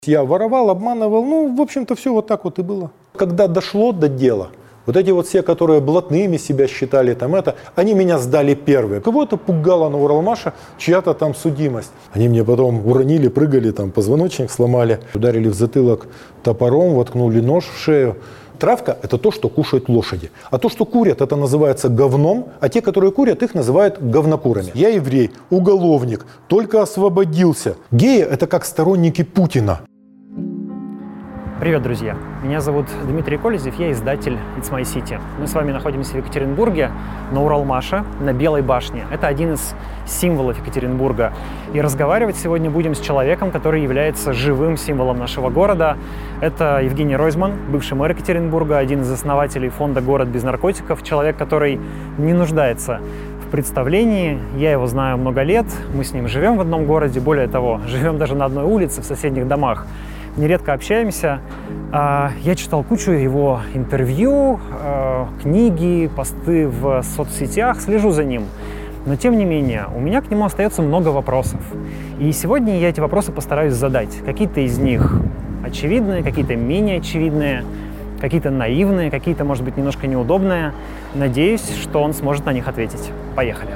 Я воровал, обманывал, ну, в общем-то, все вот так вот и было. Когда дошло до дела, вот эти вот все, которые блатными себя считали, там это, они меня сдали первые. Кого-то пугало на Уралмаше чья-то там судимость. Они мне потом уронили, прыгали, там позвоночник сломали, ударили в затылок топором, воткнули нож в шею. Травка – это то, что кушают лошади. А то, что курят, это называется говном, а те, которые курят, их называют говнокурами. Я еврей, уголовник, только освободился. Геи – это как сторонники Путина. Привет, друзья! Меня зовут Дмитрий Колезев, я издатель It's My City. Мы с вами находимся в Екатеринбурге, на Уралмаше, на Белой башне. Это один из символов Екатеринбурга. И разговаривать сегодня будем с человеком, который является живым символом нашего города. Это Евгений Ройзман, бывший мэр Екатеринбурга, один из основателей фонда «Город без наркотиков», человек, который не нуждается в представлении. Я его знаю много лет, мы с ним живем в одном городе, более того, живем даже на одной улице, в соседних домах. Нередко общаемся. Я читал кучу его интервью, книги, посты в соцсетях, слежу за ним. Но тем не менее, у меня к нему остается много вопросов. И сегодня я эти вопросы постараюсь задать. Какие-то из них очевидные, какие-то менее очевидные, какие-то наивные, какие-то, может быть, немножко неудобные. Надеюсь, что он сможет на них ответить. Поехали.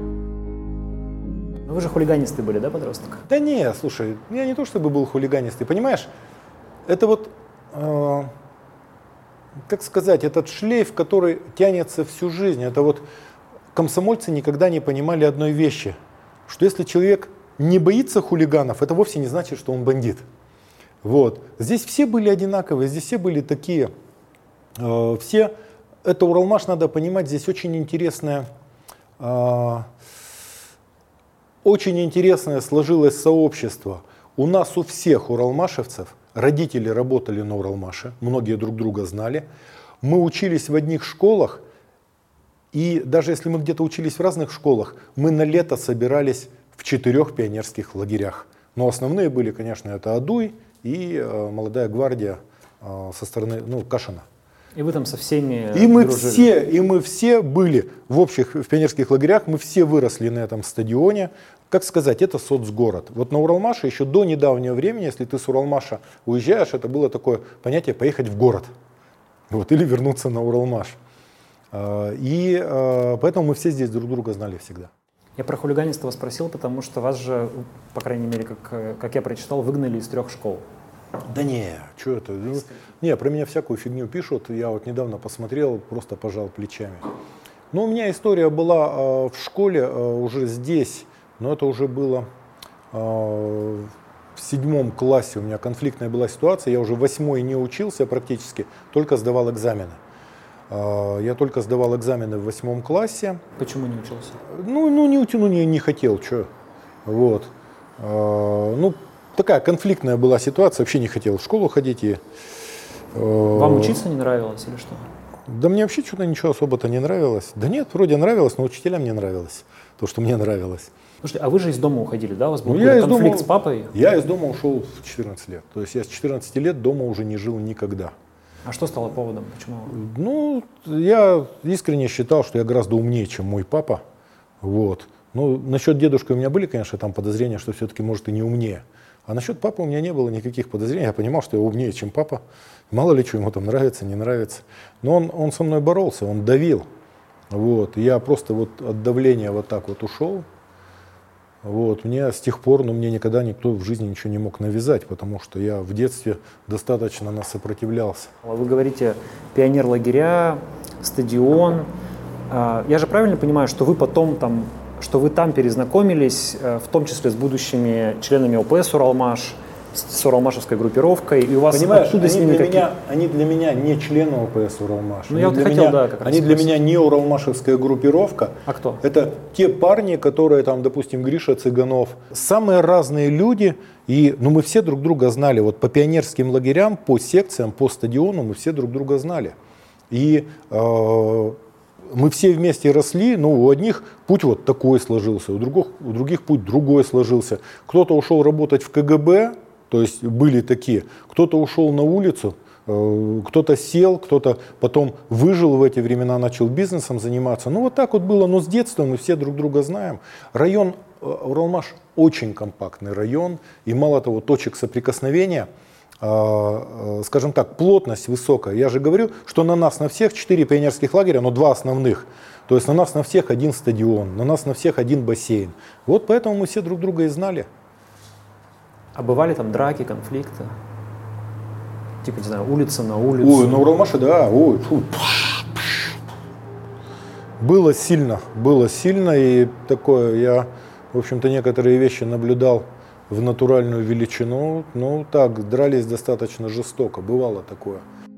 Вы же хулиганистый были, да, подросток? Да не, слушай, я не то чтобы был хулиганистый, понимаешь? Это вот, как сказать, этот шлейф, который тянется всю жизнь. Это вот комсомольцы никогда не понимали одной вещи, что если человек не боится хулиганов, это вовсе не значит, что он бандит. Вот. Здесь все были одинаковые, здесь все были такие. Все, это Уралмаш, надо понимать, здесь очень интересная... Очень интересное сложилось сообщество. У нас у всех уралмашевцев, родители работали на Уралмаше, многие друг друга знали. Мы учились в одних школах, и даже если мы где-то учились в разных школах, мы на лето собирались в 4 пионерских лагерях. Но основные были, конечно, это Адуй и молодая гвардия со стороны Кашина. И вы там со всеми дружили? И мы все были в пионерских лагерях, мы все выросли на этом стадионе. Как сказать, это соцгород. Вот на Уралмаше еще до недавнего времени, если ты с Уралмаша уезжаешь, это было такое понятие поехать в город. Вот, или вернуться на Уралмаш. И поэтому мы все здесь друг друга знали всегда. Я про хулиганство спросил, потому что вас же, по крайней мере, как я прочитал, выгнали из 3 школ. Да не, что это? Не, про меня всякую фигню пишут. Я вот недавно посмотрел, просто пожал плечами. Но у меня история была в школе уже здесь, но это уже было в 7 классе. У меня конфликтная была ситуация. Я уже в 8 не учился практически, только сдавал экзамены. Я только сдавал экзамены в 8 классе. Почему не учился? Не хотел, что. Вот. Такая конфликтная была ситуация, вообще не хотел в школу ходить. Вам учиться не нравилось или что? Да мне вообще что-то ничего особо-то не нравилось. Да нет, вроде нравилось, но учителям не нравилось то, что мне нравилось. Слушайте, а вы же из дома уходили, да? У вас был конфликт с папой? Я из дома ушел в 14 лет. То есть я с 14 лет дома уже не жил никогда. А что стало поводом? Почему? Я искренне считал, что я гораздо умнее, чем мой папа. Вот. Насчет дедушки у меня были, конечно, там подозрения, что все-таки, может, и не умнее. А насчет папы у меня не было никаких подозрений. Я понимал, что я умнее, чем папа. Мало ли, что ему там нравится, не нравится. Но он со мной боролся, он давил. Вот. Я просто от давления вот так вот ушел. Вот. Мне с тех пор, мне никогда никто в жизни ничего не мог навязать, потому что я в детстве достаточно сопротивлялся. Вы говорите, пионер-лагеря, стадион. Я же правильно понимаю, что вы потом там перезнакомились, в том числе с будущими членами ОПС «Уралмаш», с уралмашевской группировкой, и у вас оттуда с ними они для меня не члены ОПС «Уралмаш». Они для меня не уралмашевская группировка. А кто? Это те парни, которые там, допустим, Гриша Цыганов. Самые разные люди, и мы все друг друга знали. Вот по пионерским лагерям, по секциям, по стадиону мы все друг друга знали. И мы все вместе росли, у одних путь вот такой сложился, у других путь другой сложился. Кто-то ушел работать в КГБ, то есть были такие, кто-то ушел на улицу, кто-то сел, кто-то потом выжил в эти времена, начал бизнесом заниматься. Вот так вот было, но с детства мы все друг друга знаем. Район Уралмаш очень компактный район, и мало того, точек соприкосновения, скажем так, плотность высокая. Я же говорю, что на нас на всех 4 пионерских лагеря, но 2 основных. То есть на нас на всех 1 стадион, на нас на всех 1 бассейн. Вот поэтому мы все друг друга и знали. А бывали там драки, конфликты? Типа, не знаю, улица на улицу? Ой, на Уралмаше, да. Ой, фу. Было сильно, и такое, я, в общем-то, некоторые вещи наблюдал в натуральную величину. Ну, так, дрались достаточно жестоко, бывало такое.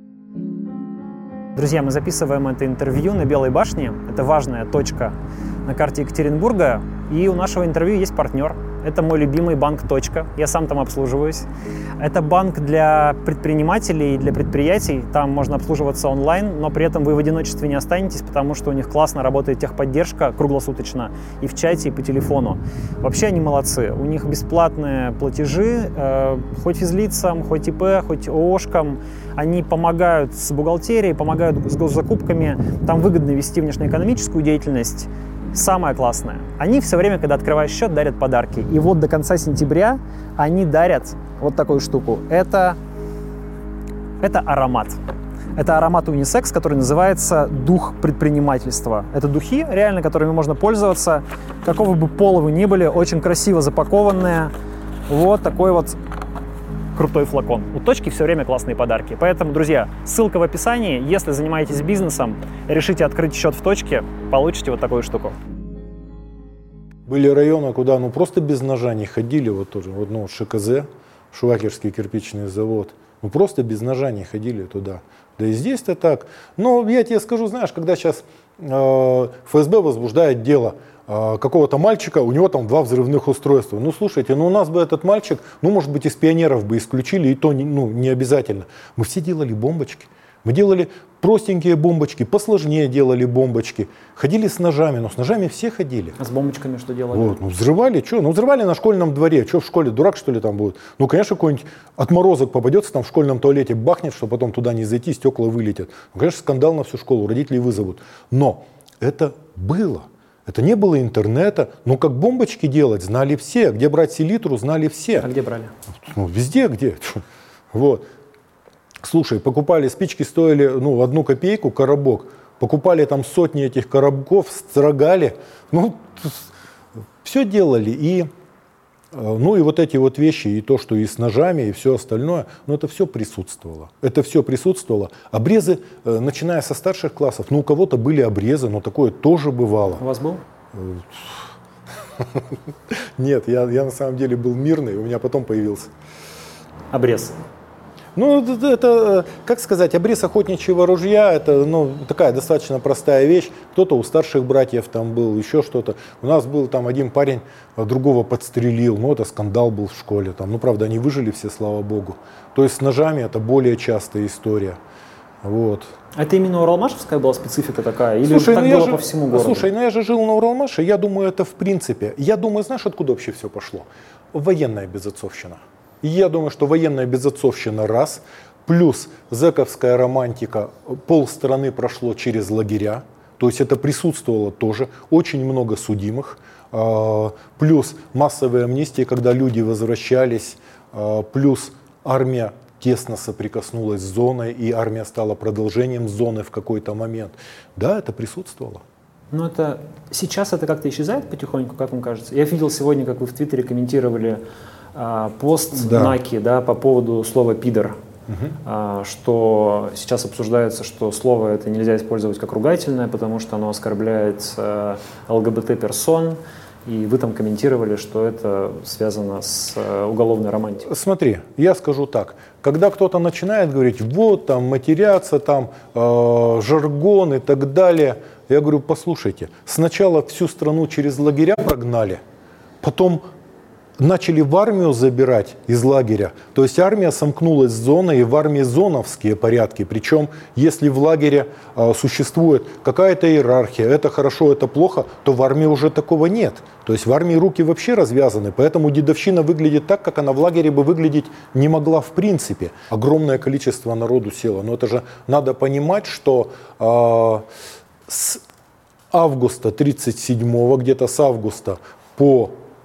Друзья, мы записываем это интервью на Белой башне. Это важная точка на карте Екатеринбурга. И у нашего интервью есть партнер. Это мой любимый банк «Точка». Я сам там обслуживаюсь. Это банк для предпринимателей и для предприятий. Там можно обслуживаться онлайн, но при этом вы в одиночестве не останетесь, потому что у них классно работает техподдержка круглосуточно и в чате, и по телефону. Вообще они молодцы. У них бесплатные платежи, хоть физлицам, хоть ИП, хоть ООшкам. Они помогают с бухгалтерией, помогают с госзакупками. Там выгодно вести внешнеэкономическую деятельность. Самое классное. Они все время, когда открываешь счет, дарят подарки. И вот до конца сентября они дарят вот такую штуку. Это аромат. Это аромат унисекс, который называется «Дух предпринимательства». Это духи, реально, которыми можно пользоваться, какого бы пола вы ни были, очень красиво запакованные. Вот такой вот крутой флакон. У «Точки» все время классные подарки. Поэтому, друзья, ссылка в описании. Если занимаетесь бизнесом, решите открыть счет в «Точке», получите вот такую штуку. Были районы, куда просто без ножа не ходили, вот тоже, ШКЗ, Шувакерский кирпичный завод, просто без ножа не ходили туда. Да и здесь-то так. Но я тебе скажу, знаешь, когда сейчас ФСБ возбуждает дело какого-то мальчика, у него там 2 взрывных устройства. Ну, слушайте, у нас бы этот мальчик, может быть, из пионеров бы исключили, и то не обязательно. Мы все делали бомбочки. Мы делали простенькие бомбочки, посложнее делали бомбочки. Ходили с ножами, но с ножами все ходили. А с бомбочками что делали? Вот, взрывали, что? Взрывали на школьном дворе. Что в школе, дурак что ли там будет? Конечно, какой-нибудь отморозок попадется там в школьном туалете, бахнет, что потом туда не зайти, стекла вылетят. Конечно, скандал на всю школу, родителей вызовут. Но это было. Это не было интернета. Как бомбочки делать, знали все. Где брать селитру, знали все. А где брали? Везде, где. Вот. Слушай, покупали, спички стоили 1 копейку, коробок. Покупали там сотни этих коробков, строгали. Все делали. И вот эти вот вещи, и то, что и с ножами, и все остальное, это все присутствовало. Это все присутствовало. Обрезы, начиная со старших классов, у кого-то были обрезы, но такое тоже бывало. У вас был? Нет, я на самом деле был мирный, у меня потом появился. Обрез. Это, как сказать, обрез охотничьего ружья, это такая достаточно простая вещь. Кто-то у старших братьев там был, еще что-то. У нас был там один парень, другого подстрелил, это скандал был в школе. Правда, они выжили все, слава богу. То есть с ножами это более частая история. Вот. А это именно уралмашевская была специфика такая? Или так было по всему городу? Слушай, я же жил на Уралмаше, я думаю, это в принципе. Я думаю, знаешь, откуда вообще все пошло? Военная безотцовщина. Я думаю, что военная безотцовщина раз, плюс зэковская романтика, полстраны прошло через лагеря, то есть это присутствовало тоже, очень много судимых, плюс массовые амнистии, когда люди возвращались, плюс армия тесно соприкоснулась с зоной, и армия стала продолжением зоны в какой-то момент. Да, это присутствовало. Сейчас это как-то исчезает потихоньку, как вам кажется? Я видел сегодня, как вы в Твиттере комментировали пост Наки по поводу слова «пидор», что сейчас обсуждается, что слово это нельзя использовать как ругательное, потому что оно оскорбляет ЛГБТ-персон, и вы там комментировали, что это связано с уголовной романтикой. Смотри, я скажу так, когда кто-то начинает говорить, матеряться, жаргон и так далее, я говорю, послушайте, сначала всю страну через лагеря прогнали, потом начали в армию забирать из лагеря. То есть армия сомкнулась с зоной, и в армии зоновские порядки. Причем, если в лагере существует какая-то иерархия, это хорошо, это плохо, то в армии уже такого нет. То есть в армии руки вообще развязаны. Поэтому дедовщина выглядит так, как она в лагере бы выглядеть не могла в принципе. Огромное количество народу село. Но это же надо понимать, что с августа 1937-го, где-то с августа по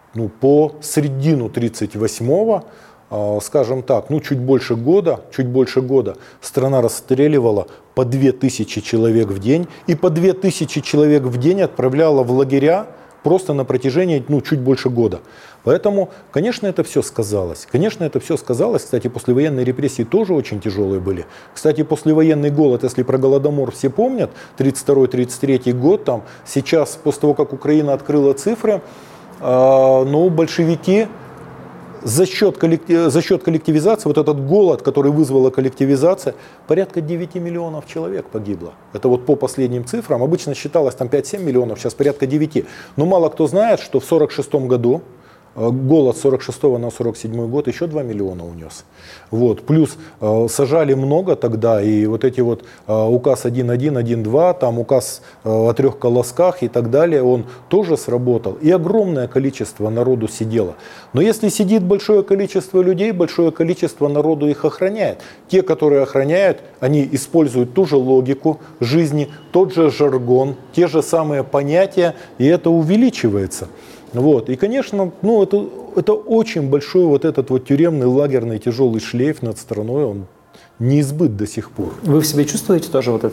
по середину 1938-го, скажем так, чуть больше года страна расстреливала по 2000 человек в день и по 2000 человек в день отправляла в лагеря просто на протяжении чуть больше года. Поэтому, конечно, это все сказалось. Кстати, послевоенные репрессии тоже очень тяжелые были. Кстати, послевоенный голод, если про Голодомор все помнят, 1932-1933 год, там сейчас, после того, как Украина открыла цифры, большевики за счет коллективизации, вот этот голод, который вызвала коллективизация, порядка 9 миллионов человек погибло. Это вот по последним цифрам. Обычно считалось там 5-7 миллионов, сейчас порядка 9. Но мало кто знает, что в 1946 году голод с 46 на 47 год еще 2 миллиона унес. Вот. Плюс сажали много тогда, и вот эти вот указ 1.1, там указ о 3 колосках и так далее, он тоже сработал. И огромное количество народу сидело. Но если сидит большое количество людей, большое количество народу их охраняет. Те, которые охраняют, они используют ту же логику жизни, тот же жаргон, те же самые понятия, и это увеличивается. Вот. И, конечно, это очень большой вот этот вот тюремный, лагерный, тяжелый шлейф над страной, он неизбыт до сих пор. Вы в себе чувствуете тоже вот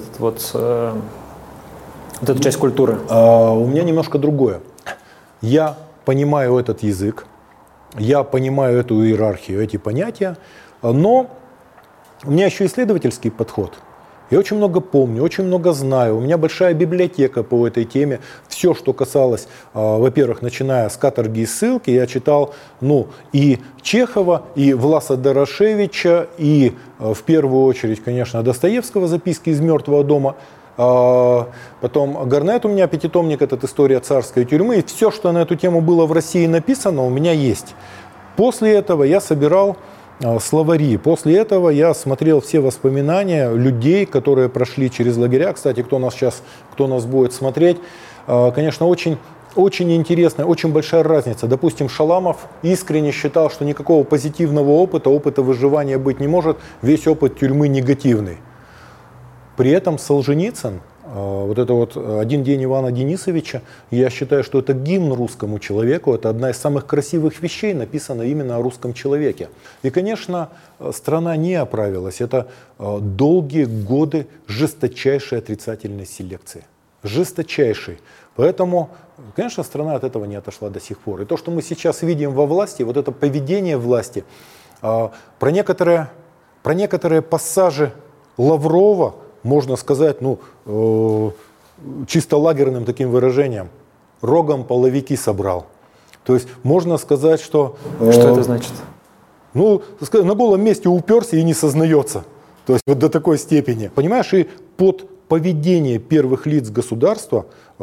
эту часть культуры? У меня немножко другое. Я понимаю этот язык, я понимаю эту иерархию, эти понятия, но у меня еще исследовательский подход. Я очень много помню, очень много знаю. У меня большая библиотека по этой теме. Все, что касалось, во-первых, начиная с каторги и ссылки, я читал и Чехова, и Власа Дорошевича, и в первую очередь, конечно, Достоевского «Записки из мертвого дома». Потом Гарнет у меня пятитомник, этот «История царской тюрьмы». И все, что на эту тему было в России написано, у меня есть. После этого я собирал словари. После этого я смотрел все воспоминания людей, которые прошли через лагеря. Кстати, кто нас будет смотреть, конечно, очень интересная, очень большая разница. Допустим, Шаламов искренне считал, что никакого позитивного опыта выживания быть не может, весь опыт тюрьмы негативный. При этом Солженицын, вот это вот «Один день Ивана Денисовича», я считаю, что это гимн русскому человеку, это одна из самых красивых вещей, написана именно о русском человеке. И, конечно, страна не оправилась, это долгие годы жесточайшей отрицательной селекции. Жесточайшей. Поэтому, конечно, страна от этого не отошла до сих пор. И то, что мы сейчас видим во власти, вот это поведение власти, про некоторые пассажи Лаврова, можно сказать, чисто лагерным таким выражением, рогом половики собрал. То есть можно сказать, что... Что это значит? На голом месте уперся и не сознается. То есть вот до такой степени. Понимаешь, и под поведение первых лиц государства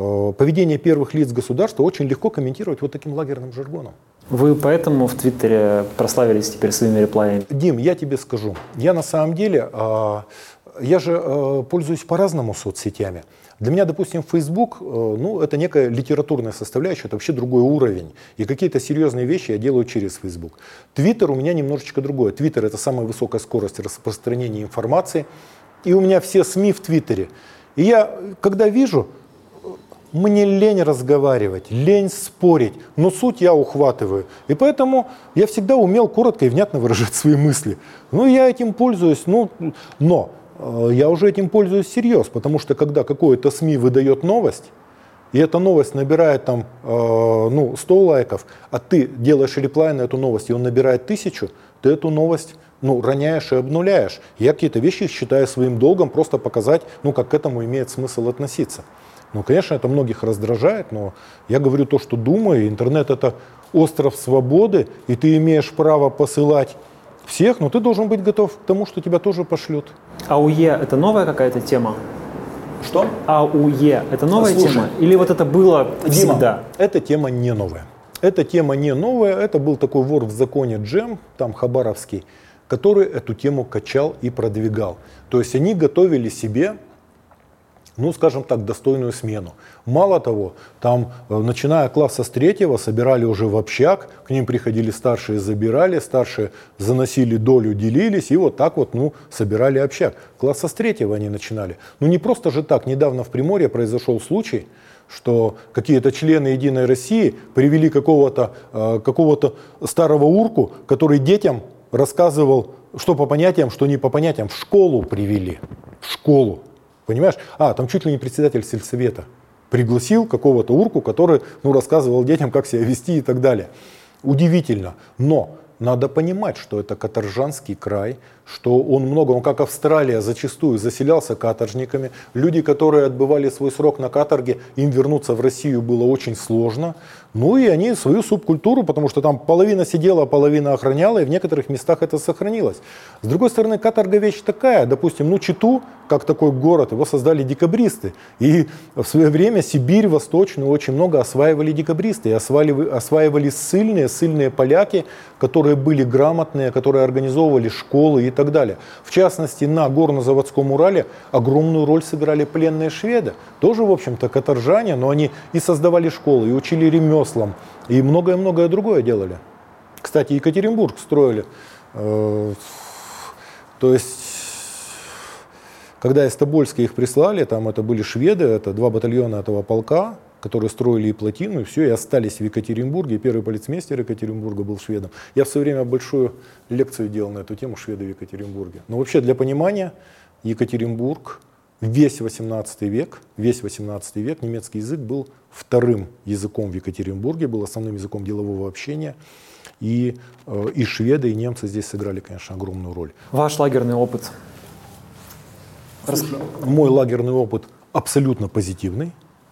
очень легко комментировать вот таким лагерным жаргоном. Вы поэтому в Твиттере прославились теперь своими реплаями? Дим, я тебе скажу, я на самом деле... Я же пользуюсь по-разному соцсетями. Для меня, допустим, Facebook, это некая литературная составляющая, это вообще другой уровень. И какие-то серьезные вещи я делаю через Facebook. Twitter у меня немножечко другое. Twitter — это самая высокая скорость распространения информации. И у меня все СМИ в Твиттере. И я, когда вижу, мне лень разговаривать, лень спорить, но суть я ухватываю. И поэтому я всегда умел коротко и внятно выражать свои мысли. Я этим пользуюсь, но... Я уже этим пользуюсь всерьез, потому что когда какое-то СМИ выдает новость, и эта новость набирает 100 лайков, а ты делаешь реплай на эту новость, и он набирает 1000, ты эту новость роняешь и обнуляешь. Я какие-то вещи считаю своим долгом просто показать, как к этому имеет смысл относиться. Конечно, это многих раздражает, но я говорю то, что думаю. Интернет — это остров свободы, и ты имеешь право посылать всех, но ты должен быть готов к тому, что тебя тоже пошлют. АУЕ — это новая какая-то тема? Что? АУЕ — это новая тема? Или вот это было всегда? Дима, эта тема не новая. Эта тема не новая. Это был такой вор в законе Джем, там хабаровский, который эту тему качал и продвигал. То есть они готовили себе, скажем так, достойную смену. Мало того, там, начиная класса с 3-го, собирали уже в общак, к ним приходили старшие, забирали, старшие заносили долю, делились, и вот так вот, собирали общак. Класса с 3-го они начинали. Не просто же так. Недавно в Приморье произошел случай, что какие-то члены Единой России привели какого-то старого урку, который детям рассказывал, что по понятиям, что не по понятиям, в школу привели. В школу. Понимаешь? Там чуть ли не председатель сельсовета пригласил какого-то урку, который рассказывал детям, как себя вести и так далее. Удивительно. Но надо понимать, что это каторжанский край, что он как Австралия, зачастую заселялся каторжниками. Люди, которые отбывали свой срок на каторге, им вернуться в Россию было очень сложно. И они свою субкультуру, потому что там половина сидела, половина охраняла, и в некоторых местах это сохранилось. С другой стороны, каторга вещь такая. Допустим, Читу, как такой город, его создали декабристы. И в свое время Сибирь Восточную очень много осваивали декабристы. И осваивали ссыльные поляки, которые были грамотные, которые организовывали школы и так далее. В частности, на горно-заводском Урале огромную роль сыграли пленные шведы. Тоже, в общем-то, каторжане, но они и создавали школы, и учили ремеслам, и многое-многое другое делали. Кстати, Екатеринбург строили. То есть, когда из Тобольска их прислали, там это были шведы, это 2 батальона этого полка, которые строили и плотину, и все, и остались в Екатеринбурге. Первый полицмейстер Екатеринбурга был шведом. Я в свое время большую лекцию делал на эту тему «Шведы в Екатеринбурге». Но вообще для понимания, Екатеринбург, весь 18 век, немецкий язык был вторым языком в Екатеринбурге, был основным языком делового общения. И шведы, и немцы здесь сыграли, конечно, огромную роль. Ваш лагерный опыт? Мой лагерный опыт абсолютно позитивный.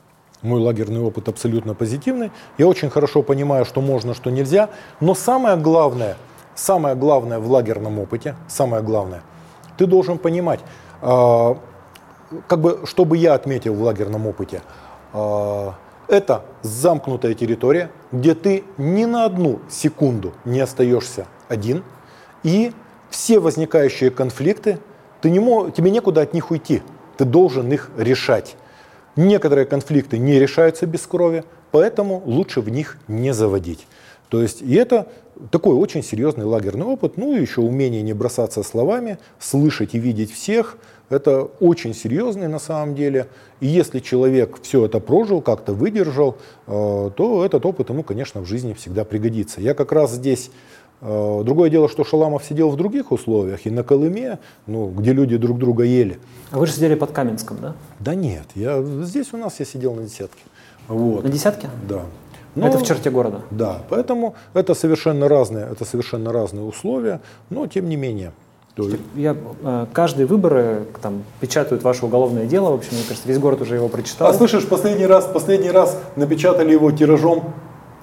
Я очень хорошо понимаю, что можно, что нельзя. Но самое главное в лагерном опыте, ты должен понимать, что бы я отметил в лагерном опыте, это замкнутая территория, где ты ни на одну секунду не остаешься один, и все возникающие конфликты, тебе некуда от них уйти, ты должен их решать. Некоторые конфликты не решаются без крови, поэтому лучше в них не заводить. То есть, и это такой очень серьезный лагерный опыт, и еще умение не бросаться словами, слышать и видеть всех, это очень серьезный на самом деле. И если человек все это прожил, как-то выдержал, то этот опыт ему, конечно, в жизни всегда пригодится. Я как раз здесь, другое дело, что Шаламов сидел в других условиях, и на Колыме, где люди друг друга ели. А вы же сидели под Каменском, да? Да нет, здесь у нас я сидел на Десятке. Вот. На Десятке? Да. Это в черте города? Да, поэтому это совершенно разные условия, но тем не менее. Каждые выборы печатают ваше уголовное дело, в общем, мне кажется, весь город уже его прочитал. Слышишь, последний раз напечатали его тиражом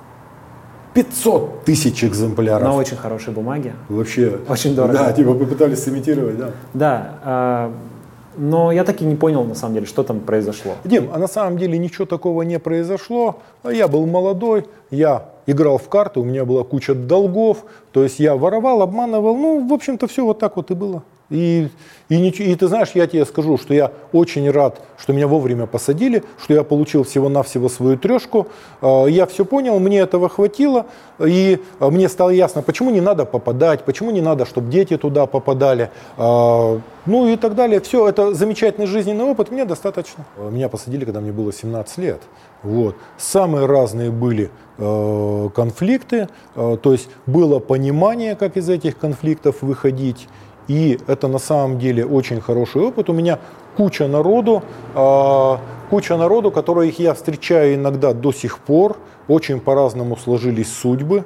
500 тысяч экземпляров. На очень хорошей бумаге. Вообще. Очень дорого. Да, попытались сымитировать, да. Да, но я так и не понял, на самом деле, что там произошло. Дим, на самом деле ничего такого не произошло. Я был молодой, я играл в карты, у меня была куча долгов, то есть я воровал, обманывал, в общем-то, все вот так вот и было. И ты знаешь, я тебе скажу, что я очень рад, что меня вовремя посадили, что я получил всего-навсего свою трешку. Я все понял, мне этого хватило, и мне стало ясно, почему не надо попадать, почему не надо, чтобы дети туда попадали, и так далее. Все, это замечательный жизненный опыт, мне достаточно. Меня посадили, когда мне было 17 лет. Вот. Самые разные были конфликты, то есть было понимание, как из этих конфликтов выходить. И это на самом деле очень хороший опыт. У меня куча народу, которых я встречаю иногда до сих пор. Очень по-разному сложились судьбы,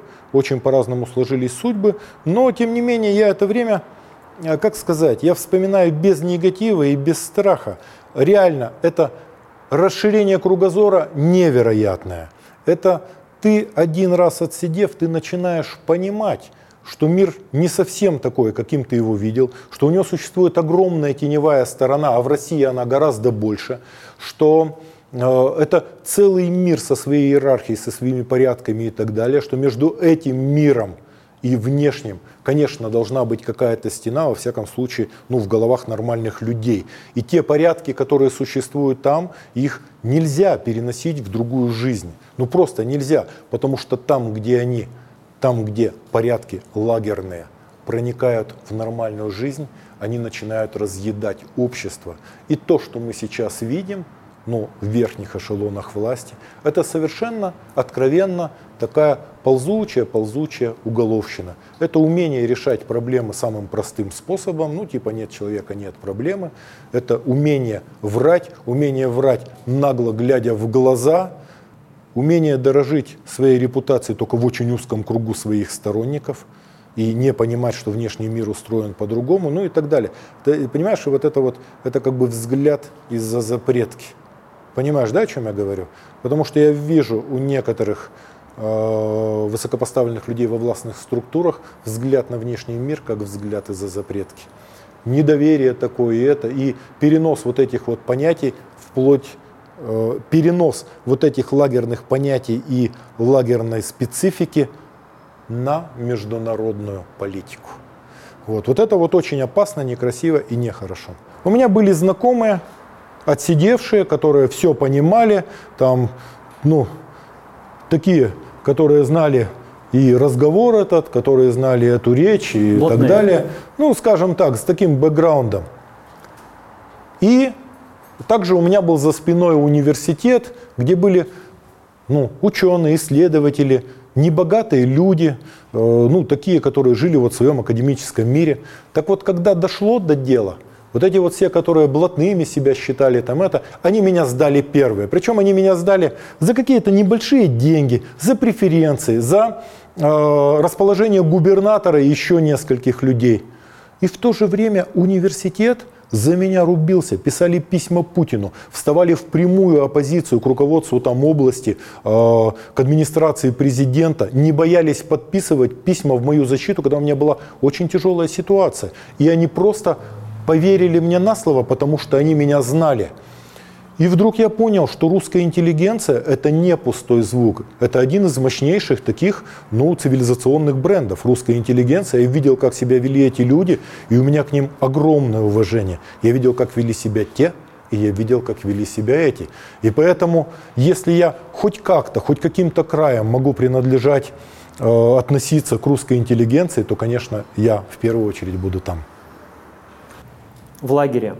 но тем не менее я это время, я вспоминаю без негатива и без страха. Реально, это расширение кругозора невероятное. Это ты один раз отсидев, ты начинаешь понимать, что мир не совсем такой, каким ты его видел, что у него существует огромная теневая сторона, а в России она гораздо больше, что это целый мир со своей иерархией, со своими порядками и так далее, что между этим миром и внешним, конечно, должна быть какая-то стена, во всяком случае, в головах нормальных людей. И те порядки, которые существуют там, их нельзя переносить в другую жизнь. Просто нельзя, потому что там, где порядки лагерные проникают в нормальную жизнь, они начинают разъедать общество. И то, что мы сейчас видим, в верхних эшелонах власти. Это совершенно откровенно такая ползучая уголовщина. Это умение решать проблемы самым простым способом, нет человека, нет проблемы. Это умение врать нагло глядя в глаза, умение дорожить своей репутацией только в очень узком кругу своих сторонников и не понимать, что внешний мир устроен по-другому, и так далее. Ты понимаешь, что это как бы взгляд из-за запретки. Понимаешь, да, о чем я говорю? Потому что я вижу у некоторых высокопоставленных людей во властных структурах взгляд на внешний мир, как взгляд из-за запретки. Недоверие такое и перенос вот этих вот понятий перенос вот этих лагерных понятий и лагерной специфики на международную политику. Вот это очень опасно, некрасиво и нехорошо. У меня были знакомые, отсидевшие, которые все понимали, такие, которые знали и разговор этот, которые знали эту речь и так далее. Скажем так, с таким бэкграундом. И также у меня был за спиной университет, где были ученые, исследователи, небогатые люди, такие, которые жили в своем академическом мире. Так вот, когда дошло до дела, вот эти вот все, которые блатными себя считали, они меня сдали первые. Причем они меня сдали за какие-то небольшие деньги, за преференции, за расположение губернатора и еще нескольких людей. И в то же время университет за меня рубился, писали письма Путину, вставали в прямую оппозицию к руководству области, к администрации президента, не боялись подписывать письма в мою защиту, когда у меня была очень тяжелая ситуация. И они просто поверили мне на слово, потому что они меня знали. И вдруг я понял, что русская интеллигенция – это не пустой звук. Это один из мощнейших таких, цивилизационных брендов. Русская интеллигенция. Я видел, как себя вели эти люди, и у меня к ним огромное уважение. Я видел, как вели себя те, и я видел, как вели себя эти. И поэтому, если я хоть как-то, хоть каким-то краем могу принадлежать, относиться к русской интеллигенции, то, конечно, я в первую очередь буду там. В лагере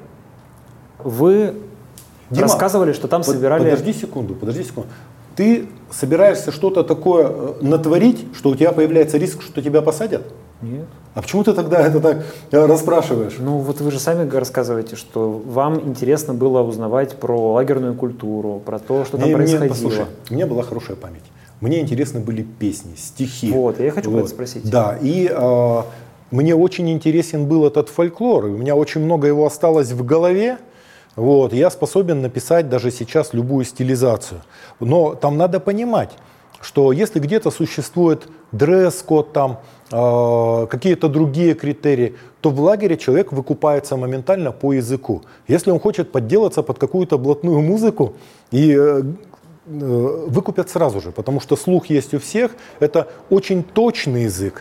вы рассказывали, что там собирали... Подожди секунду. Ты собираешься что-то такое натворить, что у тебя появляется риск, что тебя посадят? Нет. А почему ты тогда это так расспрашиваешь? Вы же сами рассказываете, что вам интересно было узнавать про лагерную культуру, про то, что там происходило. Послушай, у меня была хорошая память. Мне интересны были песни, стихи. Я хочу про это спросить. Да, и мне очень интересен был этот фольклор, и у меня очень много его осталось в голове. Я способен написать даже сейчас любую стилизацию. Но там надо понимать, что если где-то существует дресс-код, какие-то другие критерии, то в лагере человек выкупается моментально по языку. Если он хочет подделаться под какую-то блатную музыку, и выкупят сразу же, потому что слух есть у всех, это очень точный язык.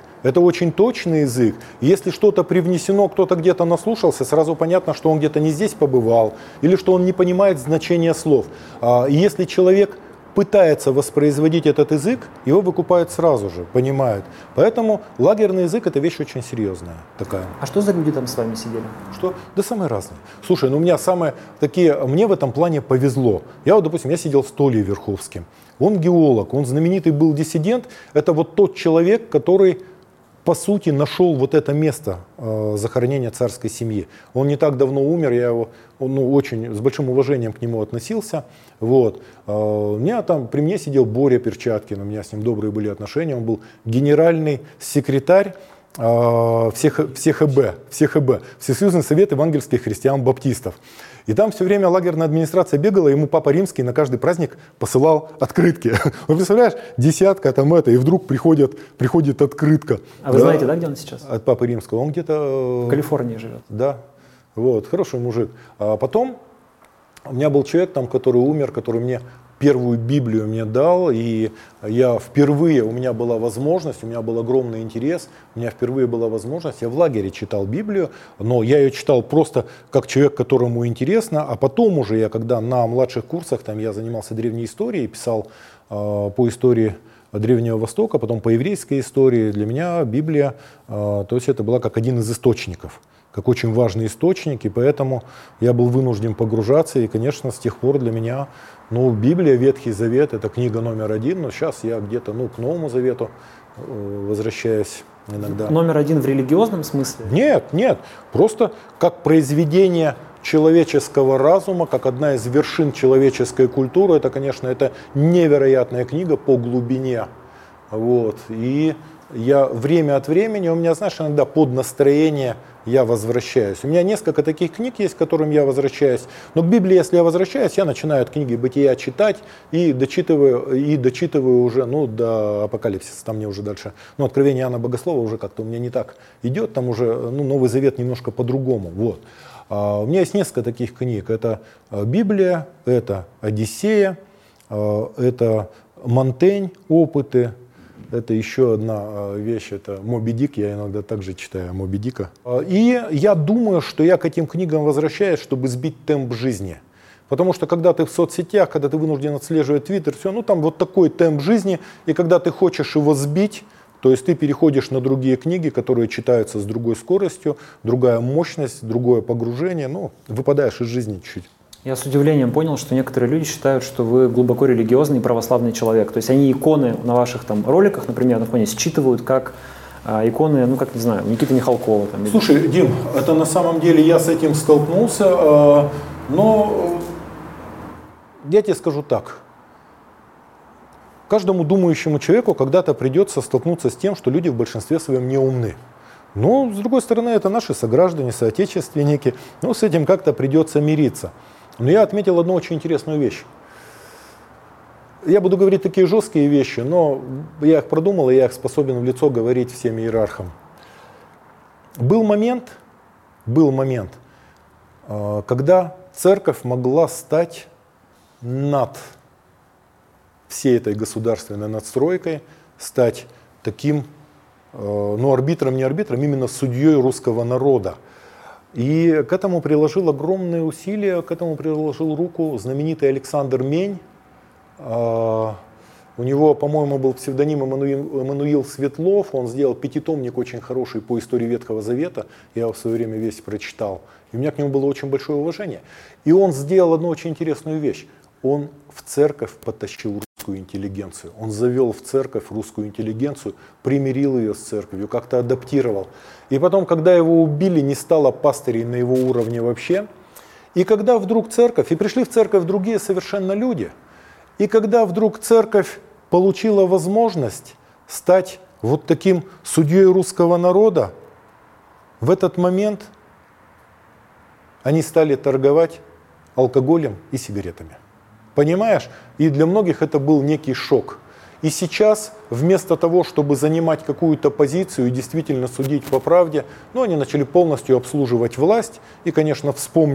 Если что-то привнесено, кто-то где-то наслушался, сразу понятно, что он где-то не здесь побывал, или что он не понимает значения слов. И если человек пытается воспроизводить этот язык, его выкупают сразу же, понимают. Поэтому лагерный язык – это вещь очень серьезная такая. А что за люди там с вами сидели? Что? Да самые разные. Слушай, у меня мне в этом плане повезло. Допустим, я сидел с Толей Верховским. Он геолог, он знаменитый был диссидент. Это тот человек, который по сути нашел это место захоронения царской семьи. Он не так давно умер, я его очень с большим уважением к нему относился. При мне сидел Боря Перчаткин, у меня с ним добрые были отношения, он был генеральный секретарь ВСХБ, Всесоюзный совет евангельских христиан-баптистов. И там все время лагерная администрация бегала, ему Папа Римский на каждый праздник посылал открытки. Вы представляешь, десятка и вдруг приходит открытка. А вы знаете, где он сейчас? От Папы Римского. Он где-то... В Калифорнии живет. Да, хороший мужик. А потом у меня был человек который умер, который мне первую Библию мне дал, и я впервые, у меня была возможность, у меня был огромный интерес, я в лагере читал Библию, но я ее читал просто как человек, которому интересно, а потом уже когда на младших курсах, я занимался древней историей, писал по истории Древнего Востока, потом по еврейской истории. Для меня Библия, то есть это была как один из источников, как очень важный источник, и поэтому я был вынужден погружаться, и, конечно, с тех пор для меня, Библия, Ветхий Завет, это книга номер один, но сейчас я где-то, к Новому Завету возвращаюсь иногда. Номер один в религиозном смысле? Нет, просто как произведение человеческого разума, как одна из вершин человеческой культуры, это, конечно, это невероятная книга по глубине. Вот. И я время от времени, у меня, знаешь, иногда под настроение я возвращаюсь. У меня несколько таких книг есть, к которым я возвращаюсь. Но к Библии, если я возвращаюсь, я начинаю от книги Бытия читать и дочитываю уже до Апокалипсиса. Там мне уже дальше, Откровение Иоанна Богослова уже как-то у меня не так идет, там уже Новый Завет немножко по-другому. Вот. У меня есть несколько таких книг. Это Библия, это Одиссея, это Монтень, опыты. Это еще одна вещь, это Моби Дик, я иногда также читаю Моби Дика. И я думаю, что я к этим книгам возвращаюсь, чтобы сбить темп жизни. Потому что когда ты в соцсетях, когда ты вынужден отслеживать Твиттер, там вот такой темп жизни, и когда ты хочешь его сбить, то есть ты переходишь на другие книги, которые читаются с другой скоростью, другая мощность, другое погружение, выпадаешь из жизни чуть-чуть. Я с удивлением понял, что некоторые люди считают, что вы глубоко религиозный и православный человек. То есть они иконы на ваших роликах, например, на фоне считывают как иконы, Никиты Михалкова. Слушай, Дим, это на самом деле я с этим столкнулся, но я тебе скажу так. Каждому думающему человеку когда-то придется столкнуться с тем, что люди в большинстве своем не умны. Но, с другой стороны, это наши сограждане, соотечественники. С этим как-то придется мириться. Но я отметил одну очень интересную вещь. Я буду говорить такие жесткие вещи, но я их продумал, и я их способен в лицо говорить всем иерархам. Был момент, когда церковь могла стать над всей этой государственной надстройкой, стать таким, арбитром, не арбитром, именно судьей русского народа. И к этому приложил огромные усилия, к этому приложил руку знаменитый Александр Мень. У него, по-моему, был псевдоним Эммануил Светлов. Он сделал 5-томник очень хороший по истории Ветхого Завета. Я его в свое время весь прочитал. И у меня к нему было очень большое уважение. И он сделал одну очень интересную вещь. Он в церковь потащил русскую интеллигенцию. Он завел в церковь русскую интеллигенцию, примирил ее с церковью, как-то адаптировал. И потом, когда его убили, не стало пастырей на его уровне вообще. И когда вдруг церковь, и пришли в церковь другие совершенно люди, и когда вдруг церковь получила возможность стать вот таким судьей русского народа, в этот момент они стали торговать алкоголем и сигаретами. Понимаешь? И для многих это был некий шок. И сейчас, вместо того, чтобы занимать какую-то позицию и действительно судить по правде, они начали полностью обслуживать власть и, конечно,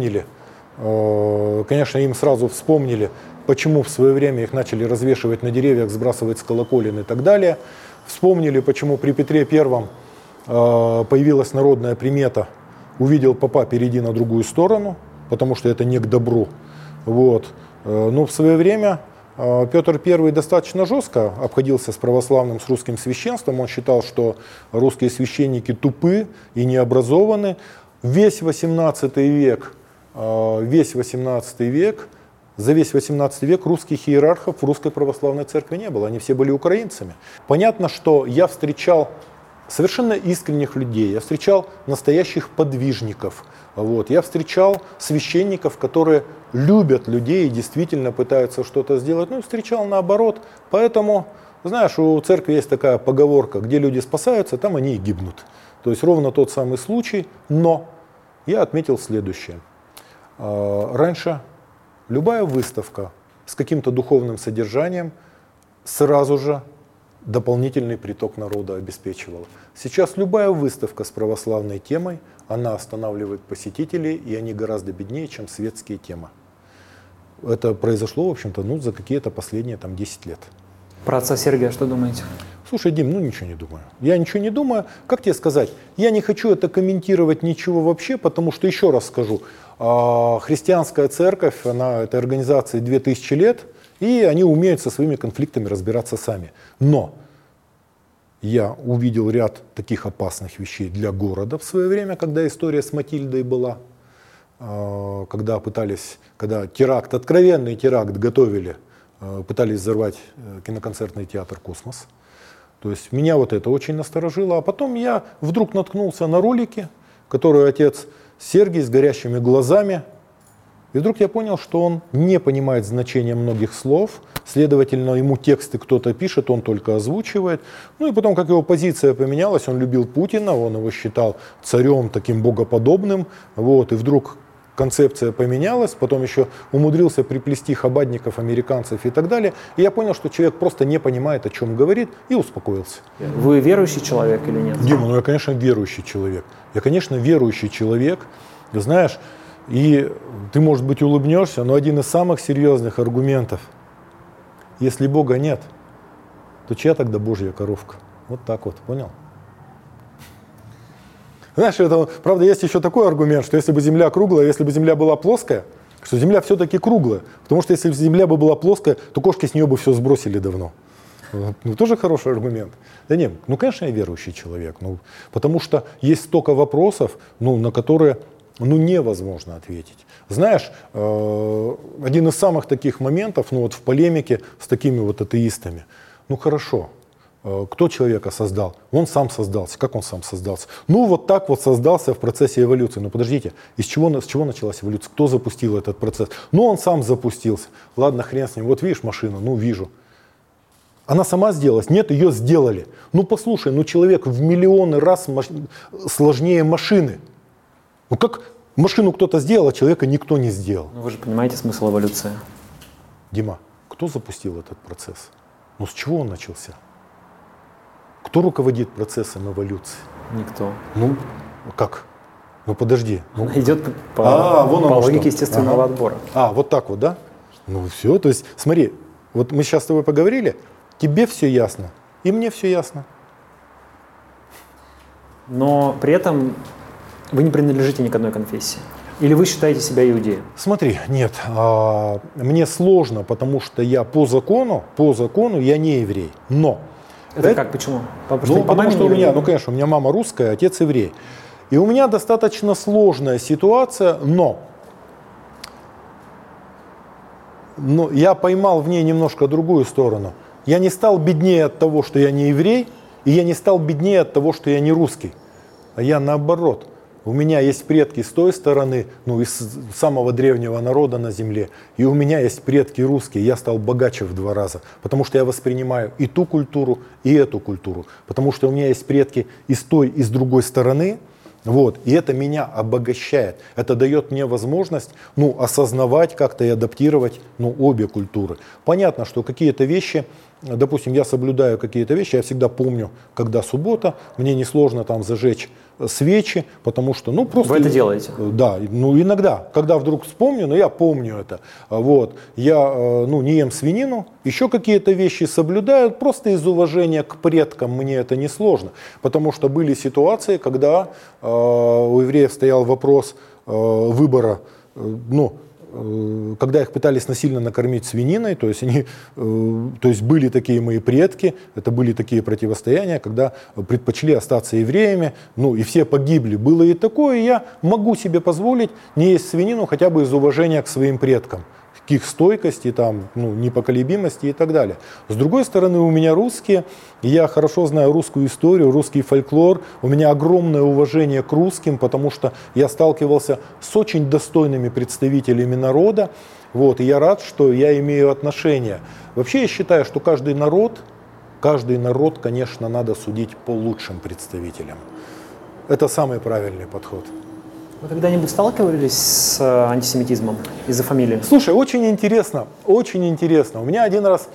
им сразу вспомнили, почему в свое время их начали развешивать на деревьях, сбрасывать с колоколен и так далее. Вспомнили, почему при Петре Первом появилась народная примета «увидел попа, перейди на другую сторону», потому что это не к добру. Вот. Но в свое время Петр I достаточно жестко обходился с православным, с русским священством. Он считал, что русские священники тупы и необразованы. Весь 18 век, за весь 18 век русских иерархов в русской православной церкви не было. Они все были украинцами. Понятно, что я встречал совершенно искренних людей, я встречал настоящих подвижников. Я встречал священников, которые любят людей и действительно пытаются что-то сделать. Встречал наоборот. Поэтому, знаешь, у церкви есть такая поговорка, где люди спасаются, там они и гибнут. То есть ровно тот самый случай. Но я отметил следующее. Раньше любая выставка с каким-то духовным содержанием сразу же дополнительный приток народа обеспечивала. Сейчас любая выставка с православной темой, она останавливает посетителей, и они гораздо беднее, чем светские темы. Это произошло, в общем-то, за какие-то последние 10 лет. Про отца Сергия что думаете? Слушай, Дим, ничего не думаю. Я ничего не думаю. Как тебе сказать? Я не хочу это комментировать ничего вообще, потому что, еще раз скажу, христианская церковь, она этой организации 2000 лет, И они умеют со своими конфликтами разбираться сами. Но я увидел ряд таких опасных вещей для города в свое время, когда история с Матильдой была, когда теракт, откровенный теракт готовили, пытались взорвать киноконцертный театр «Космос». То есть меня вот это очень насторожило. А потом я вдруг наткнулся на ролики, которые отец Сергий с горящими глазами. И вдруг я понял, что он не понимает значения многих слов, следовательно, ему тексты кто-то пишет, он только озвучивает. Ну и потом, как его позиция поменялась, он любил Путина, он его считал царем таким богоподобным, вот, и вдруг концепция поменялась, потом еще умудрился приплести хабадников, американцев и так далее. И я понял, что человек просто не понимает, о чем говорит, и успокоился. Вы верующий человек или нет? Дима, ну я, конечно, верующий человек. Я, конечно, верующий человек. Знаешь, и ты, может быть, улыбнешься, но один из самых серьезных аргументов: если Бога нет, то чья тогда Божья коровка? Вот так вот, понял? Знаешь, это, правда, есть еще такой аргумент, что если бы Земля круглая, если бы Земля была плоская, что Земля все-таки круглая. Потому что если бы Земля была плоская, то кошки с нее бы все сбросили давно. Ну, тоже хороший аргумент. Да нет, ну, конечно, я верующий человек. Ну, потому что есть столько вопросов, на которые невозможно ответить. Знаешь, один из самых таких моментов, в полемике с такими вот атеистами. Ну, хорошо. Кто человека создал? Он сам создался. Как он сам создался? Ну, вот так вот создался в процессе эволюции. Ну, подождите, с чего началась эволюция? Кто запустил этот процесс? Ну, он сам запустился. Ладно, хрен с ним. Вот видишь машину? Ну, вижу. Она сама сделалась? Нет, ее сделали. Ну, послушай, человек в миллионы раз сложнее машины. Ну, как машину кто-то сделал, а человека никто не сделал? Ну, вы же понимаете смысл эволюции. Дима, кто запустил этот процесс? Ну, с чего он начался? Кто руководит процессом эволюции? Никто. Ну, как? Ну, подожди. Она идет по логике естественного отбора. Вот так вот, да? Ну, все. То есть, смотри, вот мы сейчас с тобой поговорили, тебе все ясно, и мне все ясно. Но при этом вы не принадлежите ни к одной конфессии. Или вы считаете себя иудеем? Смотри, нет, мне сложно, потому что я по закону я не еврей. Но это как? Почему? Потому что у меня, конечно, у меня мама русская, отец еврей. И у меня достаточно сложная ситуация, но я поймал в ней немножко другую сторону. Я не стал беднее от того, что я не еврей, и я не стал беднее от того, что я не русский. А я наоборот. У меня есть предки с той стороны, из самого древнего народа на земле. И у меня есть предки русские. Я стал богаче в 2 раза. Потому что я воспринимаю и ту культуру, и эту культуру. Потому что у меня есть предки и с той, и с другой стороны. Вот. И это меня обогащает. Это дает мне возможность осознавать как-то и адаптировать обе культуры. Понятно, что какие-то вещи, допустим, я соблюдаю какие-то вещи, я всегда помню, когда суббота, мне несложно там зажечь свечи, потому что, просто... Вы это делаете? Да, иногда, когда вдруг вспомню, но я помню это. Вот. Я, не ем свинину, еще какие-то вещи соблюдаю, просто из уважения к предкам мне это не сложно. Потому что были ситуации, когда у евреев стоял вопрос выбора, когда их пытались насильно накормить свининой, то есть были такие мои предки, это были такие противостояния, когда предпочли остаться евреями, и все погибли. Было и такое, и я могу себе позволить не есть свинину хотя бы из уважения к своим предкам, к их стойкости, непоколебимости и так далее. С другой стороны, у меня русские, я хорошо знаю русскую историю, русский фольклор, у меня огромное уважение к русским, потому что я сталкивался с очень достойными представителями народа, и я рад, что я имею отношение. Вообще я считаю, что каждый народ, конечно, надо судить по лучшим представителям. Это самый правильный подход. Вы когда-нибудь сталкивались с антисемитизмом из-за фамилии? Слушай, очень интересно. У меня один раз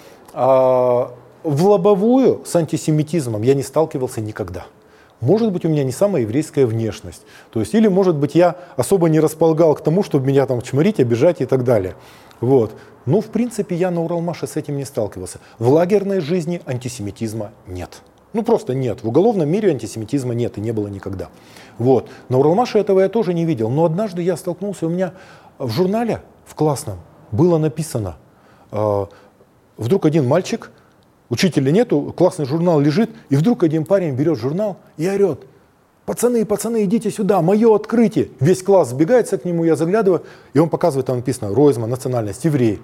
в лобовую с антисемитизмом я не сталкивался никогда. Может быть, у меня не самая еврейская внешность. То есть, или, может быть, я особо не располагал к тому, чтобы меня там чморить, обижать и так далее. Вот. Но, в принципе, я на Уралмаше с этим не сталкивался. В лагерной жизни антисемитизма нет. Просто нет. В уголовном мире антисемитизма нет и не было никогда. Вот. На Уралмаше этого я тоже не видел. Но однажды я столкнулся, у меня в журнале, в классном, было написано вдруг один мальчик, учителя нету, классный журнал лежит, и вдруг один парень берет журнал и орет: пацаны, идите сюда, мое открытие. Весь класс сбегается к нему, я заглядываю, и он показывает, там написано: Ройзман, национальность, еврей.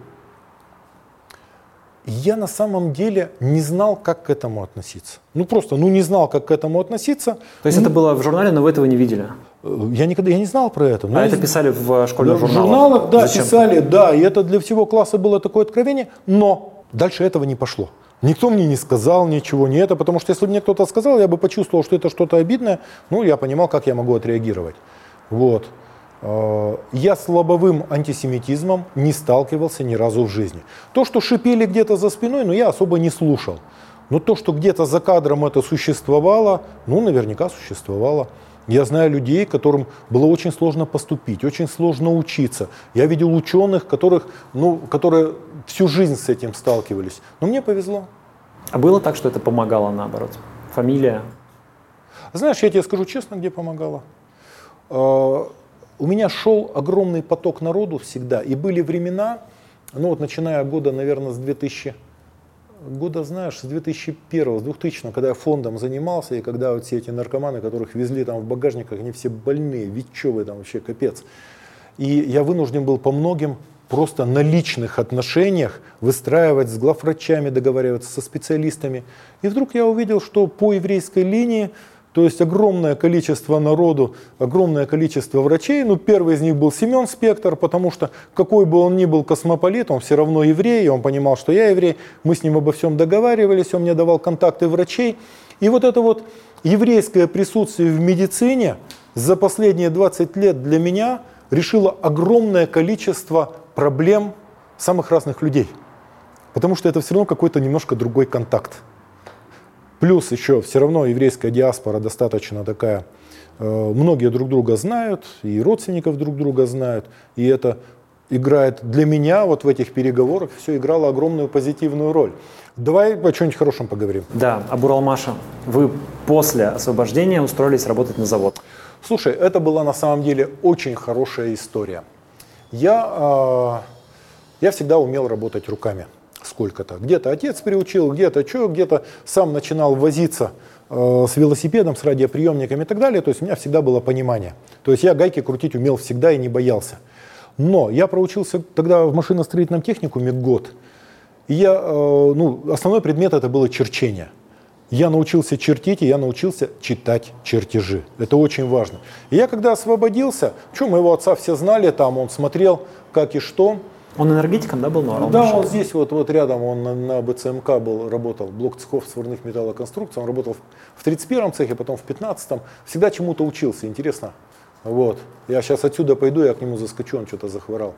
Я на самом деле не знал, как к этому относиться. Просто не знал, как к этому относиться. То есть это было в журнале, но вы этого не видели? Я не знал про это. Это писали в школьных журналах? В журналах, да, Зачем? писали, да, и это для всего класса было такое откровение, но дальше этого не пошло. Никто мне не сказал ничего, не это, потому что если бы мне кто-то сказал, я бы почувствовал, что это что-то обидное, я понимал, как я могу отреагировать. Вот. Я с лобовым антисемитизмом не сталкивался ни разу в жизни. То, что шипели где-то за спиной, я особо не слушал. Но то, что где-то за кадром это существовало, наверняка существовало. Я знаю людей, которым было очень сложно поступить, очень сложно учиться. Я видел ученых, которые всю жизнь с этим сталкивались. Но мне повезло. А было так, что это помогало наоборот? Фамилия? Знаешь, я тебе скажу честно, где помогало. У меня шел огромный поток народу всегда. И были времена, начиная года, наверное, с 2000, с 2001, с 2000, когда я фондом занимался, и когда вот все эти наркоманы, которых везли там в багажниках, они все больные, ветчевые, там вообще капец. И я вынужден был по многим просто на личных отношениях выстраивать с главврачами, договариваться со специалистами. И вдруг я увидел, что по еврейской линии, то есть огромное количество народу, огромное количество врачей. Первый из них был Семен Спектор, потому что какой бы он ни был космополит, он все равно еврей, он понимал, что я еврей. Мы с ним обо всем договаривались, он мне давал контакты врачей. И вот это вот еврейское присутствие в медицине за последние 20 лет для меня решило огромное количество проблем самых разных людей. Потому что это все равно какой-то немножко другой контакт. Плюс еще все равно еврейская диаспора достаточно такая, многие друг друга знают, и родственников друг друга знают, и это играет для меня вот в этих переговорах, все играло огромную позитивную роль. Давай о чем-нибудь хорошем поговорим. Да, об Уралмаше. Вы после освобождения устроились работать на завод. Слушай, это была на самом деле очень хорошая история. Я всегда умел работать руками. Сколько-то. Где-то отец приучил, где-то сам начинал возиться с велосипедом, с радиоприемниками и так далее. То есть у меня всегда было понимание. То есть я гайки крутить умел всегда и не боялся. Но я проучился тогда в машиностроительном техникуме год. И основной предмет это было черчение. Я научился чертить, и я научился читать чертежи. Это очень важно. И я когда освободился, моего отца все знали, там он смотрел, как и что. Он энергетиком, да, был на Уралмаше? Да, он здесь вот рядом, он на БЦМК работал, блок цехов сварных металлоконструкций. Он работал в 31-м цехе, потом в 15-м. Всегда чему-то учился, интересно. Вот. Я сейчас отсюда пойду, я к нему заскочу, он что-то захворал.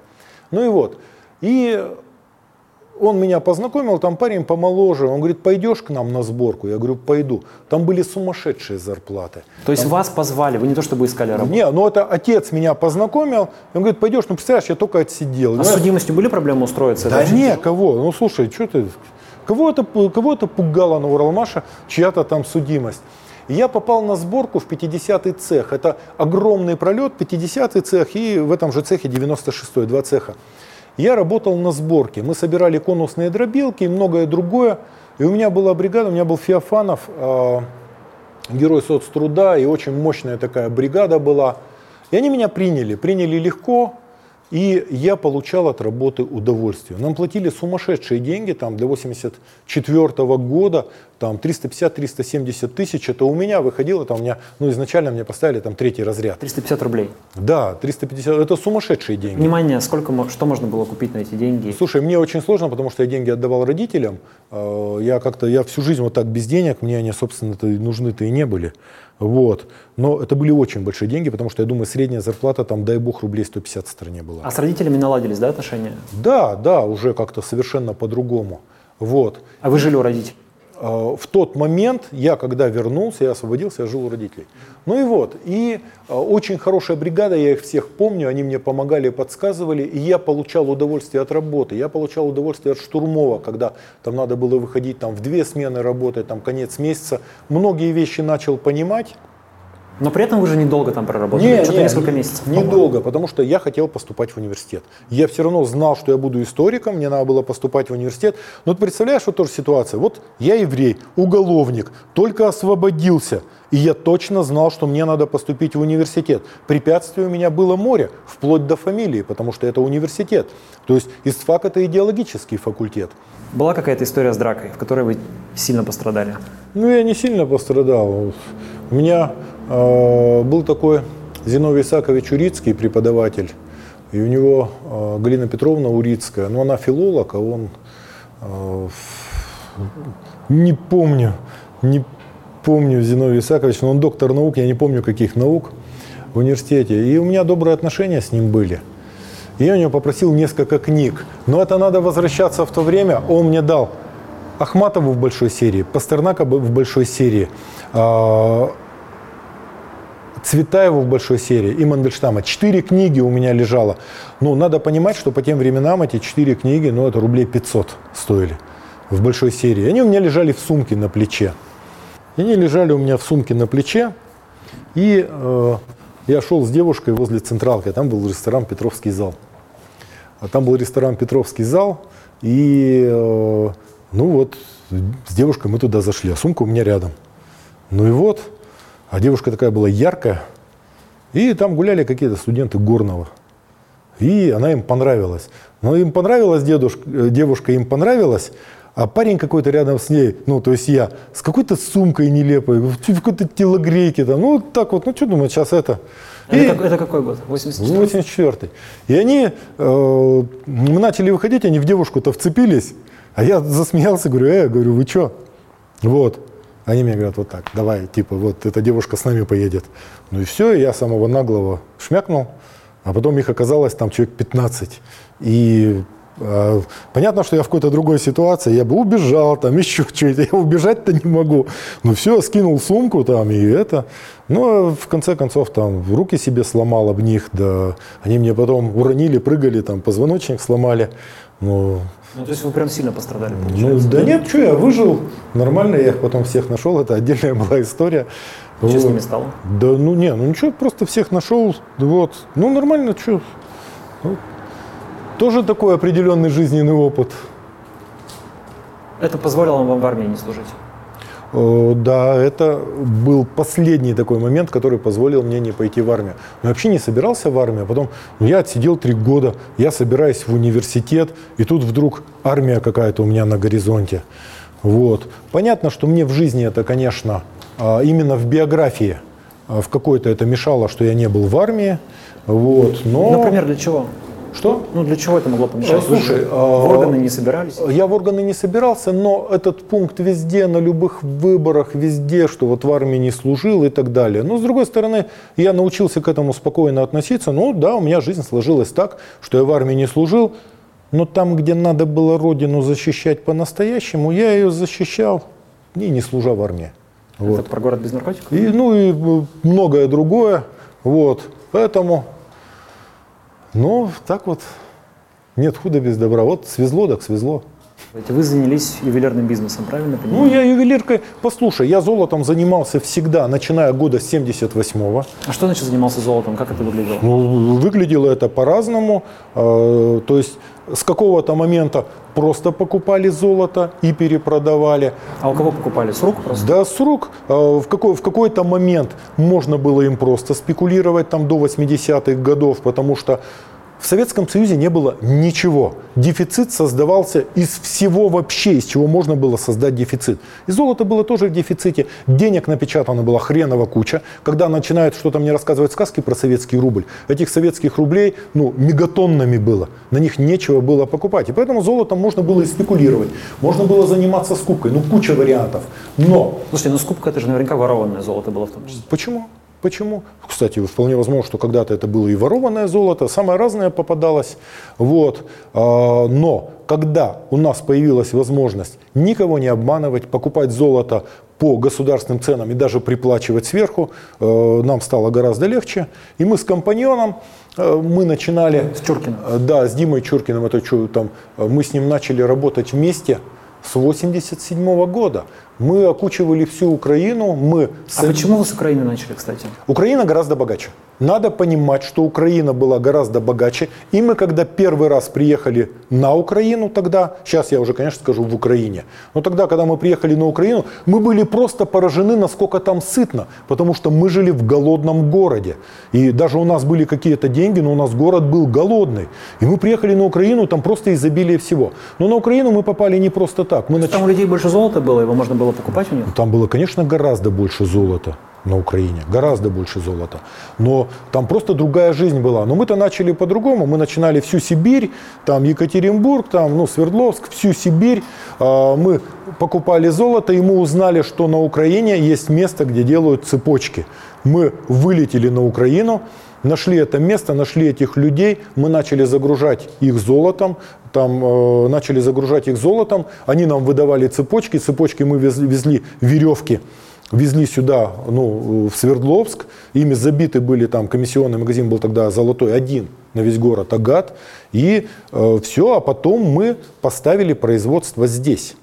И он меня познакомил, там парень помоложе, он говорит: пойдешь к нам на сборку? Я говорю: пойду. Там были сумасшедшие зарплаты. То есть вас позвали, вы не то чтобы искали работу? Не, это отец меня познакомил, он говорит: пойдешь, представляешь, я только отсидел. А с судимостью были проблемы устроиться? Да не, кого? Слушай, что ты, кого это пугало на Уралмаше, чья-то там судимость. И я попал на сборку в 50-й цех, это огромный пролет, 50-й цех, и в этом же цехе 96-й, 2 цеха. Я работал на сборке, мы собирали конусные дробилки и многое другое. И у меня была бригада, у меня был Феофанов, герой соцтруда, и очень мощная такая бригада была. И они меня приняли легко, и я получал от работы удовольствие. Нам платили сумасшедшие деньги, там для 84 года, там 350-370 тысяч, это у меня выходило, там у меня, изначально мне поставили там 3-й разряд. 350 рублей? Да, 350, это сумасшедшие деньги. Внимание, что можно было купить на эти деньги? Слушай, мне очень сложно, потому что я деньги отдавал родителям, я всю жизнь вот так без денег, мне они, собственно-то, нужны-то и не были. Вот. Но это были очень большие деньги, потому что, я думаю, средняя зарплата, там, дай бог, рублей 150 в стране была. А с родителями наладились, да, отношения? Да, уже как-то совершенно по-другому. Вот. А вы жили у родителей? В тот момент, когда вернулся, я освободился, я жил у родителей. И очень хорошая бригада, я их всех помню, они мне помогали, подсказывали, и я получал удовольствие от работы. Я получал удовольствие от штурмова, когда там надо было выходить там, в 2 смены работать, там конец месяца. Многие вещи начал понимать. Но при этом вы же недолго там проработали, что-то несколько месяцев. Недолго, потому что я хотел поступать в университет. Я все равно знал, что я буду историком, мне надо было поступать в университет. Но ты представляешь, вот тоже ситуация. Вот я еврей, уголовник, только освободился. И я точно знал, что мне надо поступить в университет. Препятствий у меня было море, вплоть до фамилии, потому что это университет. То есть ИСТФАК – это идеологический факультет. Была какая-то история с дракой, в которой вы сильно пострадали? Ну, я не сильно пострадал. У меня был такой Зиновий Исаакович Урицкий, преподаватель, и у него Галина Петровна Урицкая, но она филолог, а он, не помню Зиновий Исаакович, но он доктор наук, я не помню каких наук в университете, и у меня добрые отношения с ним были. И я у него попросил несколько книг, но это надо возвращаться в то время, он мне дал Ахматову в большой серии, Пастернака в большой серии, Цветаеву в большой серии и Мандельштама. 4 книги у меня лежало. Но надо понимать, что по тем временам эти 4 книги, ну, это рублей 500 стоили в большой серии. Они у меня лежали в сумке на плече. И я шел с девушкой возле Централки, там был ресторан «Петровский зал». И, ну вот, с девушкой мы туда зашли, а сумка у меня рядом. Ну и вот. А девушка такая была яркая, и там гуляли какие-то студенты Горного. И она им понравилась. Но им понравилась девушка им понравилась, а парень какой-то рядом с ней, ну то есть я, с какой-то сумкой нелепой, в какой-то телогрейке там, ну вот так вот, ну что думать, сейчас это. Это какой год? 84-й? 84-й. И они, мы начали выходить, они в девушку-то вцепились, а я засмеялся, говорю, вы что? Вот. Они мне говорят вот так, давай, типа, вот эта девушка с нами поедет. Ну и все, я самого наглого шмякнул, а потом их оказалось там человек 15. И понятно, что я в какой-то другой ситуации, я бы убежал, там еще что-то, я убежать-то не могу. Ну все, скинул сумку там и это. Ну, в конце концов, там, руки себе сломал об них, да, они мне потом уронили, прыгали, там, позвоночник сломали. Ну, то есть вы прям сильно пострадали, получается? Да нет, что, я выжил, нормально, я их потом всех нашел, это отдельная была история. Что с ними стало? Да, ничего, просто всех нашел, вот, нормально, что. Тоже такой определенный жизненный опыт. Это позволило вам в армии не служить? Да, это был последний такой момент, который позволил мне не пойти в армию. Но я вообще не собирался в армию, а потом я отсидел 3 года, я собираюсь в университет, и тут вдруг армия какая-то у меня на горизонте. Вот. Понятно, что мне в жизни это, конечно, именно в биографии в какой-то это мешало, что я не был в армии. Вот. Но... Например, для чего? Что? Ну, для чего это могло помешать? Слушай, в органы не собирались? Я в органы не собирался, но этот пункт везде, на любых выборах, везде, что вот в армии не служил и так далее. Но, с другой стороны, я научился к этому спокойно относиться. Ну, да, у меня жизнь сложилась так, что я в армии не служил, но там, где надо было родину защищать по-настоящему, я ее защищал, и не служа в армии. Вот. Это про город без наркотиков? И многое другое. Вот. Поэтому... так вот, нет худа без добра. Вот свезло, так свезло. Вы занялись ювелирным бизнесом, правильно понимаю? Я ювелиркой, послушай, я золотом занимался всегда, начиная года с 78-го. А что значит занимался золотом? Как это выглядело? Выглядело это по-разному. То есть с какого-то момента просто покупали золото и перепродавали. А у кого покупали? С рук просто? Да, с рук. В какой-то момент можно было им просто спекулировать там до 80-х годов, потому что в Советском Союзе не было ничего. Дефицит создавался из всего вообще, из чего можно было создать дефицит. И золото было тоже в дефиците. Денег напечатано было хреново куча. Когда начинают что-то мне рассказывать сказки про советский рубль, этих советских рублей мегатоннами было. На них нечего было покупать. И поэтому золотом можно было и спекулировать. Можно было заниматься скупкой. Куча вариантов. Но... Слушайте, скупка это же наверняка ворованное золото было в том числе. Почему? Кстати, вполне возможно, что когда-то это было и ворованное золото, самое разное попадалось. Вот. Но когда у нас появилась возможность никого не обманывать, покупать золото по государственным ценам и даже приплачивать сверху, нам стало гораздо легче. И мы с компаньоном, мы начинали... С Чуркиным? Да, с Димой Чуркиным. Мы с ним начали работать вместе с 1987 года. Мы окучивали всю Украину. А почему вы с Украины начали, кстати? Украина гораздо богаче. Надо понимать, что Украина была гораздо богаче. И мы, когда первый раз приехали на Украину тогда, сейчас я уже, конечно, скажу в Украине, но тогда, когда мы приехали на Украину, мы были просто поражены, насколько там сытно, потому что мы жили в голодном городе. И даже у нас были какие-то деньги, но у нас город был голодный. И мы приехали на Украину, там просто изобилие всего. Но на Украину мы попали не просто так. Там у людей больше золота было, его можно было покупать у них? Там было, конечно, гораздо больше золота. На Украине, гораздо больше золота. Но там просто другая жизнь была. Но мы-то начали по-другому. Мы начинали всю Сибирь, там Екатеринбург, там, Свердловск, всю Сибирь. Мы покупали золото, и мы узнали, что на Украине есть место, где делают цепочки. Мы вылетели на Украину, нашли это место, нашли этих людей, мы начали загружать их золотом. Они нам выдавали цепочки. Цепочки мы везли веревки. Везли сюда, в Свердловск, ими забиты были, там комиссионный магазин был тогда золотой, один на весь город Агат. И все, а потом мы поставили производство здесь.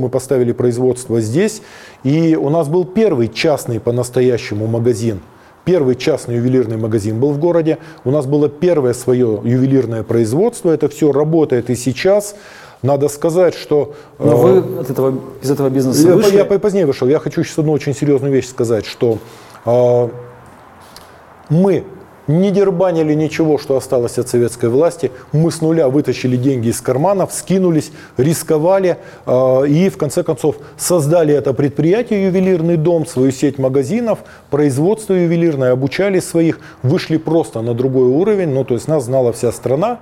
И у нас был первый частный по-настоящему магазин. Первый частный ювелирный магазин был в городе. У нас было первое свое ювелирное производство. Это все работает и сейчас. Надо сказать, что... Но вы из этого бизнеса вышли? Я позднее вышел. Я хочу сейчас одну очень серьезную вещь сказать, что мы не дербанили ничего, что осталось от советской власти. Мы с нуля вытащили деньги из карманов, скинулись, рисковали и в конце концов создали это предприятие, ювелирный дом, свою сеть магазинов, производство ювелирное, обучали своих, вышли просто на другой уровень, то есть нас знала вся страна.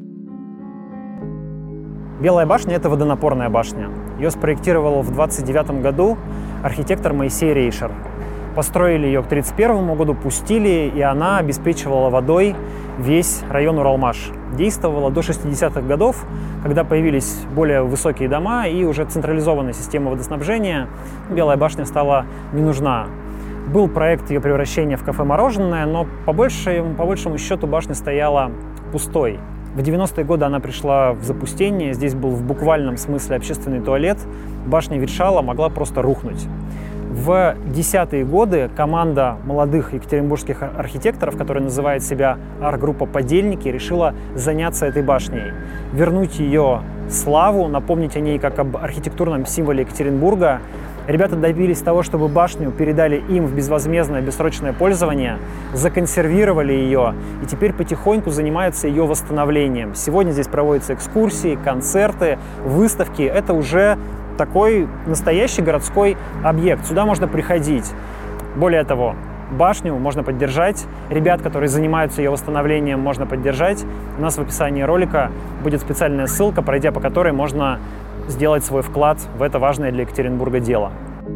Белая башня – это водонапорная башня. Ее спроектировал в 1929 году архитектор Моисей Рейшер. Построили ее к 1931 году, пустили, и она обеспечивала водой весь район Уралмаш. Действовала до 60-х годов, когда появились более высокие дома и уже централизованная система водоснабжения. Белая башня стала не нужна. Был проект ее превращения в кафе-мороженое, но по большему счету башня стояла пустой. В 90-е годы она пришла в запустение, здесь был в буквальном смысле общественный туалет, башня ветшала, могла просто рухнуть. В 10-е годы команда молодых екатеринбургских архитекторов, которая называет себя арт-группа «Подельники», решила заняться этой башней, вернуть ее славу, напомнить о ней как об архитектурном символе Екатеринбурга. Ребята добились того, чтобы башню передали им в безвозмездное, бессрочное пользование, законсервировали ее и теперь потихоньку занимаются ее восстановлением. Сегодня здесь проводятся экскурсии, концерты, выставки. Это уже такой настоящий городской объект. Сюда можно приходить. Более того, башню можно поддержать. Ребят, которые занимаются ее восстановлением, можно поддержать. У нас в описании ролика будет специальная ссылка, пройдя по которой можно сделать свой вклад в это важное для Екатеринбурга дело.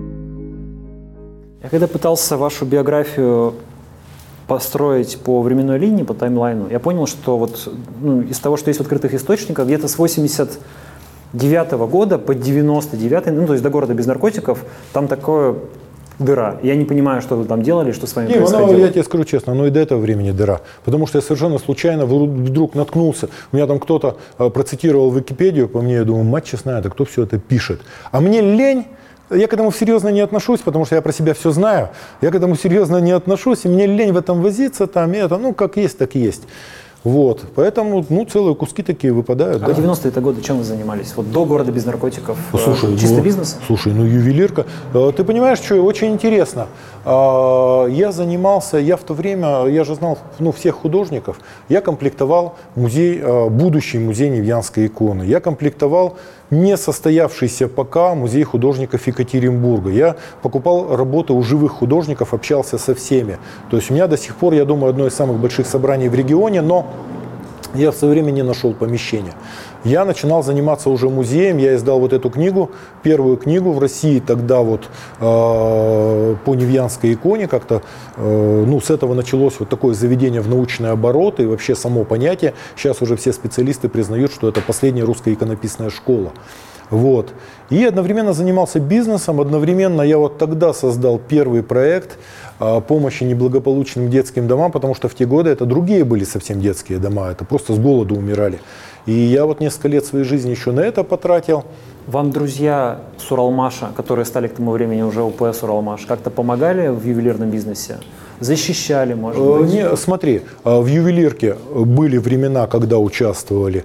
Я когда пытался вашу биографию построить по временной линии, по таймлайну, я понял, что из того, что есть в открытых источниках, где-то с 89 года по 99, то есть до города без наркотиков, там такое дыра. Я не понимаю, что вы там делали, что с вами происходило. Я тебе скажу честно, и до этого времени дыра. Потому что я совершенно случайно вдруг наткнулся. У меня там кто-то процитировал Википедию по мне, я думаю, мать честная, это кто все это пишет? А мне лень. Я к этому серьезно не отношусь, потому что я про себя все знаю. Я к этому серьезно не отношусь, и мне лень в этом возиться, как есть, так и есть. Поэтому, целые куски такие выпадают. А в 90-е годы чем вы занимались? До города без наркотиков? Чисто бизнес? Слушай, ювелирка. Ты понимаешь, что очень интересно. Я в то время, я же знал всех художников. Я комплектовал будущий музей Невьянской иконы. Я комплектовал не состоявшийся пока музей художников Екатеринбурга. Я покупал работы у живых художников, общался со всеми. То есть у меня до сих пор, я думаю, одно из самых больших собраний в регионе, но я в свое время не нашел помещения. Я начинал заниматься уже музеем, я издал эту книгу, первую книгу в России тогда по Невьянской иконе как-то, с этого началось такое заведение в научный оборот и вообще само понятие. Сейчас уже все специалисты признают, что это последняя русская иконописная школа. И одновременно занимался бизнесом, одновременно я тогда создал первый проект помощи неблагополучным детским домам, потому что в те годы это другие были совсем детские дома, это просто с голоду умирали. И я несколько лет своей жизни еще на это потратил. Вам друзья с Уралмаша, которые стали к тому времени уже УПС Уралмаш, как-то помогали в ювелирном бизнесе? Защищали, может быть? Не, смотри, в ювелирке были времена, когда участвовали,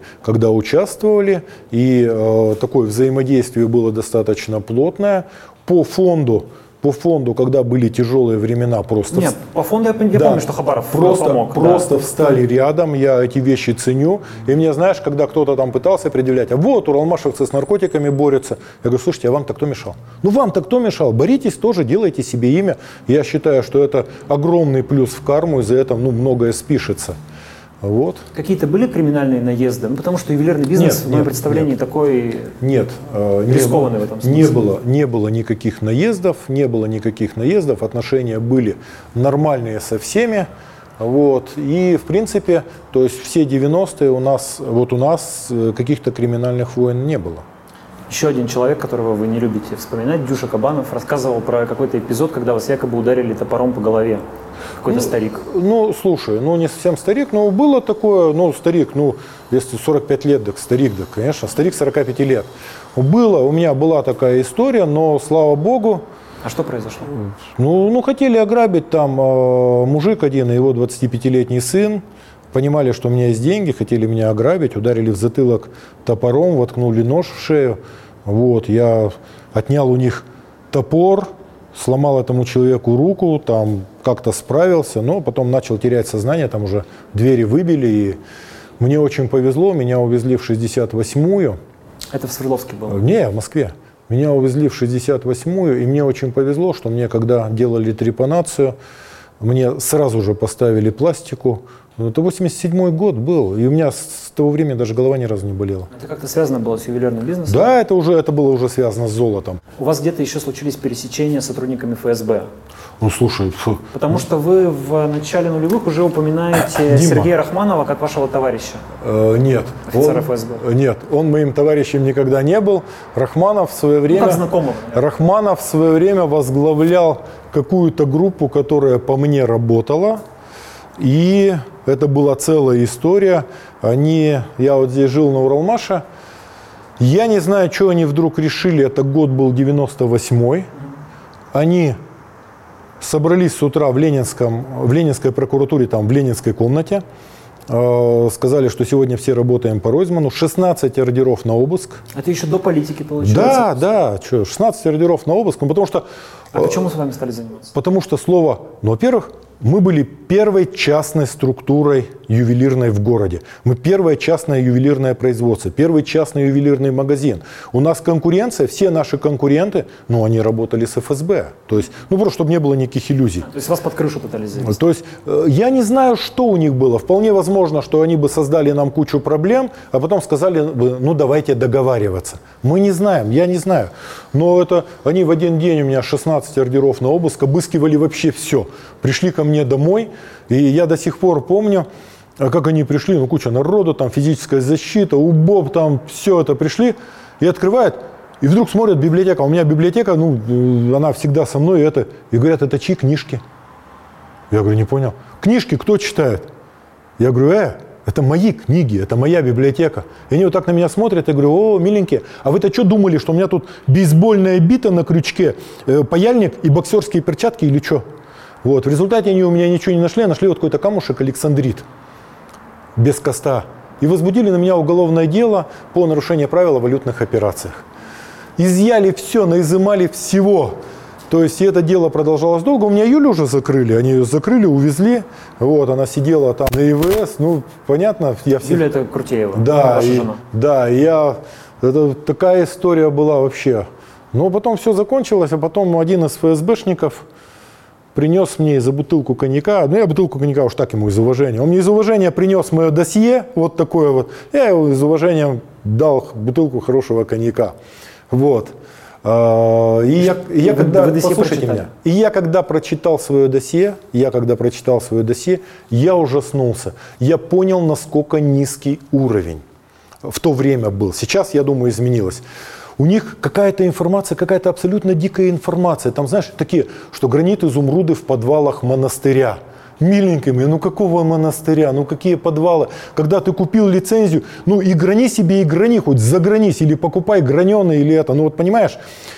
и такое взаимодействие было достаточно плотное. По фонду, когда были тяжелые времена, просто... Нет, по фонду я помню, что Хабаров помог. Просто встали рядом, я эти вещи ценю. И мне, знаешь, когда кто-то там пытался предъявлять, а вот уралмашевцы с наркотиками борются. Я говорю, слушайте, а вам-то кто мешал? Ну вам-то кто мешал? Боритесь тоже, делайте себе имя. Я считаю, что это огромный плюс в карму, и за это многое спишется. Вот. Какие-то были криминальные наезды? Ну, потому что ювелирный бизнес, в моем представлении, такой рискованный в этом смысле. Не было никаких наездов, отношения были нормальные со всеми. Вот. И, в принципе, то есть все 90-е у нас каких-то криминальных войн не было. Еще один человек, которого вы не любите вспоминать, Дюша Кабанов, рассказывал про какой-то эпизод, когда вас якобы ударили топором по голове. Какой-то старик. Слушай, не совсем старик, но было такое, старик, если 45 лет, так старик, да, конечно, старик 45 лет. У меня была такая история, но, слава богу. А что произошло? Хотели ограбить там мужик один и его 25-летний сын. Понимали, что у меня есть деньги, хотели меня ограбить, ударили в затылок топором, воткнули нож в шею. Вот, я отнял у них топор, сломал этому человеку руку, там как-то справился, но потом начал терять сознание, там уже двери выбили, и мне очень повезло, меня увезли в 68-ю. Это в Свердловске было? Не, в Москве. Меня увезли в 68-ю, и мне очень повезло, что мне, когда делали трепанацию, мне сразу же поставили пластику. Это 87-й год был, и у меня с того времени даже голова ни разу не болела. Это как-то связано было с ювелирным бизнесом? Да, это было уже связано с золотом. У вас где-то еще случились пересечения с сотрудниками ФСБ? Слушай... Потому что вы в начале нулевых уже упоминаете Сергея Рахманова как вашего товарища. Нет. Офицера ФСБ. Нет, он моим товарищем никогда не был. Рахманов в свое время... как знакомым. Рахманов в свое время возглавлял какую-то группу, которая по мне работала. И это была целая история. Я вот здесь жил на Уралмаше. Я не знаю, что они вдруг решили. Это год был 98-й. Они собрались с утра в Ленинской прокуратуре, там в Ленинской комнате. Сказали, что сегодня все работаем по Ройзману. 16 ордеров на обыск. Это еще до политики получается? Да, 16 ордеров на обыск. Потому что... А почему с вами стали заниматься? Потому что во-первых, мы были первой частной структурой ювелирной в городе. Мы первое частное ювелирное производство, первый частный ювелирный магазин. У нас конкуренция, все наши конкуренты, они работали с ФСБ. То есть, просто чтобы не было никаких иллюзий. То есть вас под крышу пытались завести? То есть, я не знаю, что у них было. Вполне возможно, что они бы создали нам кучу проблем, а потом сказали бы, давайте договариваться. Мы не знаем, я не знаю. Но они в один день у меня 16 ордеров на обыск, обыскивали вообще все. Пришли ко мне домой, и я до сих пор помню, как они пришли, куча народу, там физическая защита, УБОП, там все это пришли, и открывают, и вдруг смотрят, библиотека. У меня библиотека, она всегда со мной, и говорят, это чьи книжки? Я говорю, не понял. Книжки кто читает? Я говорю, это мои книги, это моя библиотека. И они вот так на меня смотрят, я говорю, миленькие, а вы-то что думали, что у меня тут бейсбольная бита на крючке, паяльник и боксерские перчатки или что? Вот, в результате они у меня ничего не нашли, а нашли вот какой-то камушек александрит без коста. И возбудили на меня уголовное дело по нарушению правил о валютных операциях. Изъяли все, наизымали всего. То есть и это дело продолжалось долго. У меня Юлю уже закрыли, они ее закрыли, увезли. Вот, она сидела там на ИВС, понятно. Юля это Крутеева, да, ваша жена. Да, это такая история была вообще. Но потом все закончилось, а потом один из ФСБшников принес мне из-за бутылку коньяка, я бутылку коньяка уж так ему из уважения. Он мне из уважения принес мое досье, вот такое вот. Я его из уважения дал бутылку хорошего коньяка. Вот. И я когда прочитал свое досье, я ужаснулся. Я понял, насколько низкий уровень в то время был. Сейчас, я думаю, изменилось. У них какая-то информация, какая-то абсолютно дикая информация. Там, знаешь, такие, что гранит, изумруды в подвалах монастыря. миленькими, ну какого монастыря, ну какие подвалы. Когда ты купил лицензию, ну и грани себе, и грани, хоть загранись, или покупай граненый, или это, ну вот понимаешь.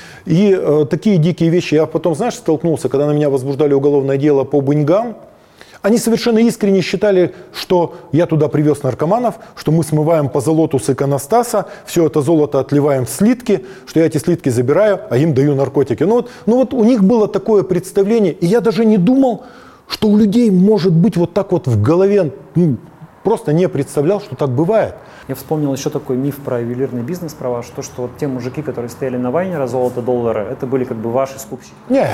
И такие дикие вещи. Я потом, знаешь, столкнулся, когда на меня возбуждали уголовное дело по Буньгам. Они совершенно искренне считали, что я туда привез наркоманов, что мы смываем позолоту с иконостаса, все это золото отливаем в слитки, что я эти слитки забираю, а им даю наркотики. Ну вот у них было такое представление, и я даже не думал, что у людей может быть вот так вот в голове, ну, просто не представлял, что так бывает. Я вспомнил еще такой миф про ювелирный бизнес, про ваш, то, что вот те мужики, которые стояли на Вайнера, золото, доллары, это были как бы ваши скупщики. Нет.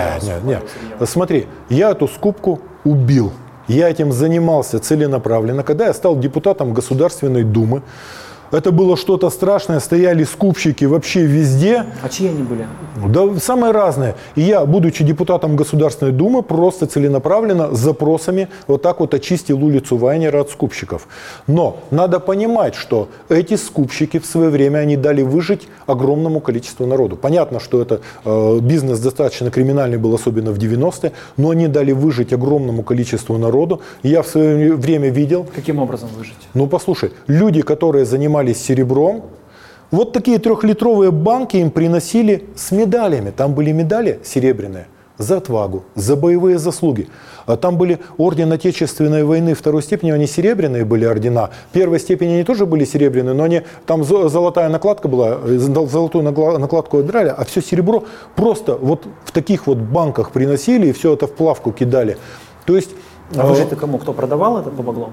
Смотри, я эту скупку убил. Я этим занимался целенаправленно. Когда я стал депутатом Государственной Думы, это было что-то страшное, стояли скупщики вообще везде. А чьи они были? Да, самые разные. И я, будучи депутатом Государственной Думы, просто целенаправленно с запросами вот так вот очистил улицу Вайнера от скупщиков. Но надо понимать, что эти скупщики в свое время они дали выжить огромному количеству народу. Понятно, что это бизнес достаточно криминальный был, особенно в 90-е, но они дали выжить огромному количеству народу. И я в свое время видел... Каким образом выжить? Ну, послушай, люди, которые занимались серебром, вот такие 3-литровые банки им приносили с медалями. Там были медали серебряные за отвагу, за боевые заслуги. А там были орден Отечественной войны второй степени, они серебряные были ордена. Первой степени они тоже были серебряные, но они, там золотая накладка была, золотую накладку отдрали, а все серебро просто вот в таких вот банках приносили и все это в плавку кидали. То есть... А выжить-то кому? Кто продавал это, помогло?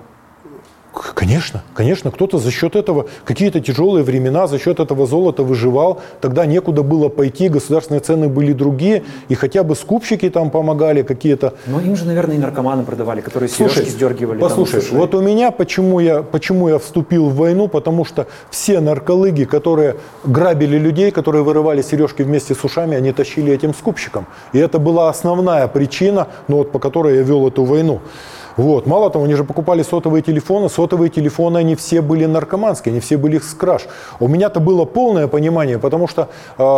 Конечно, кто-то за счет этого, какие-то тяжелые времена, за счет этого золота выживал, тогда некуда было пойти, государственные цены были другие, и хотя бы скупщики там помогали какие-то. Ну им же, наверное, и наркоманы продавали, которые сережки сдергивали. Послушай, там, вот у меня, почему я вступил в войну, потому что все нарколыги, которые грабили людей, которые вырывали сережки вместе с ушами, они тащили этим скупщикам. И это была основная причина, ну, вот, по которой я вел эту войну. Вот. Мало того, они же покупали сотовые телефоны, они все были наркоманские, они все были с краж. У меня-то было полное понимание, потому что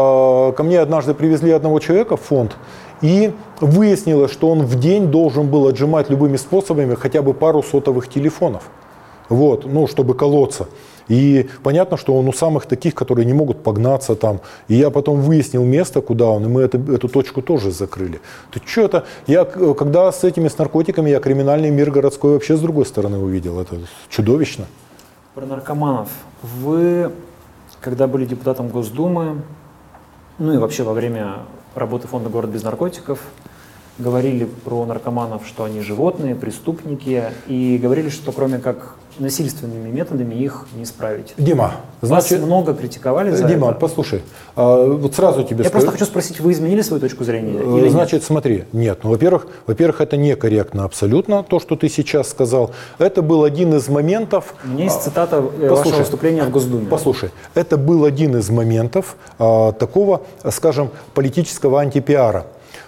ко мне однажды привезли одного человека в фонд, и выяснилось, что он в день должен был отжимать любыми способами хотя бы пару сотовых телефонов, вот, ну, чтобы колоться. И понятно, что он у самых таких, которые не могут погнаться там. И я потом выяснил место, куда он, и мы эту точку тоже закрыли. То что это? Я, когда с наркотиками, я криминальный мир городской вообще с другой стороны увидел. Это чудовищно. Про наркоманов. Вы, когда были депутатом Госдумы, ну и вообще во время работы фонда «Город без наркотиков», говорили про наркоманов, что они животные, преступники, и говорили, что кроме как насильственными методами их не исправить. Дима, вас много критиковали за Дима, это? Послушай, вот сразу тебе Я просто хочу спросить, вы изменили свою точку зрения? Или значит, нет? Смотри, нет, ну, во-первых, это некорректно абсолютно, то, что ты сейчас сказал. Это был один из моментов... У меня есть цитата вашего выступления в Госдуме. Послушай, это был один из моментов такого, скажем, политического антипиара.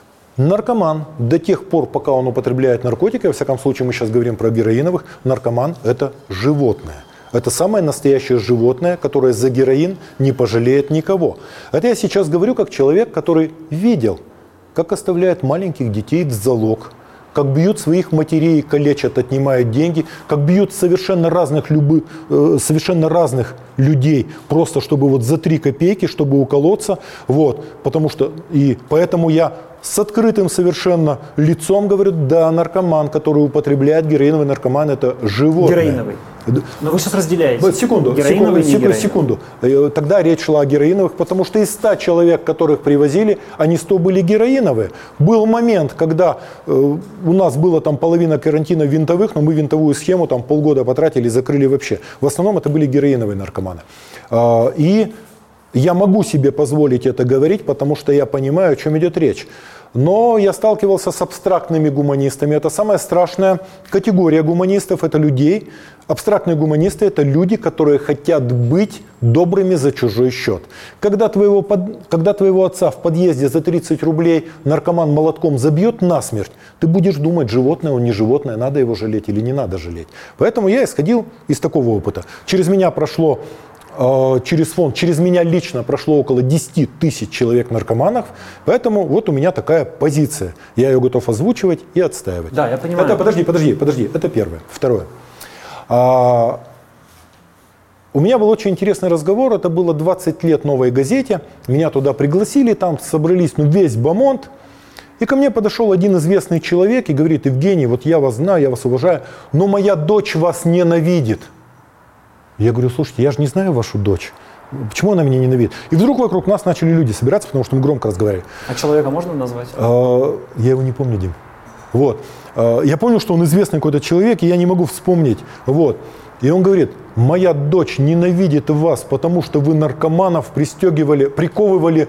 Наркоман до тех пор, пока он употребляет наркотики, во всяком случае мы сейчас говорим про героиновых, наркоман – это животное. Это самое настоящее животное, которое за героин не пожалеет никого. Это я сейчас говорю как человек, который видел, как оставляют маленьких детей в залог, как бьют своих матерей, калечат, отнимают деньги, как бьют совершенно разных людей, просто чтобы вот за 3 копейки, чтобы уколоться. Вот, потому что, и поэтому я с открытым совершенно лицом говорю, да, наркоман, который употребляет героиновый наркоман, это животное. Героиновый. Но вы сейчас разделяете. Секунду. Тогда речь шла о героиновых, потому что из 100 человек, которых привозили, они 100 были героиновые. Был момент, когда у нас было там половина карантина винтовых, но мы винтовую схему там полгода потратили и закрыли вообще. В основном это были героиновые наркоманы. И я могу себе позволить это говорить, потому что я понимаю, о чем идет речь. Но я сталкивался с абстрактными гуманистами. Это самая страшная категория гуманистов, это людей. Абстрактные гуманисты – это люди, которые хотят быть добрыми за чужой счет. Когда твоего отца в подъезде за 30 рублей наркоман молотком забьет насмерть, ты будешь думать, животное он, не животное, надо его жалеть или не надо жалеть. Поэтому я исходил из такого опыта. Через меня прошло через фонд, через меня лично прошло около 10 тысяч человек-наркоманов, поэтому вот у меня такая позиция. Я ее готов озвучивать и отстаивать. Да, я понимаю. Это, подожди, это первое. Второе. У меня был очень интересный разговор, это было 20 лет «Новой газете», меня туда пригласили, там собрались весь бомонд, и ко мне подошел один известный человек и говорит: Евгений, вот я вас знаю, я вас уважаю, но моя дочь вас ненавидит. Я говорю: слушайте, я же не знаю вашу дочь. Почему она меня ненавидит? И вдруг вокруг нас начали люди собираться, потому что мы громко разговаривали. А человека можно назвать? Я его не помню, Дим. Вот. Я понял, что он известный какой-то человек, и я не могу вспомнить. Вот. И он говорит: моя дочь ненавидит вас, потому что вы наркоманов приковывали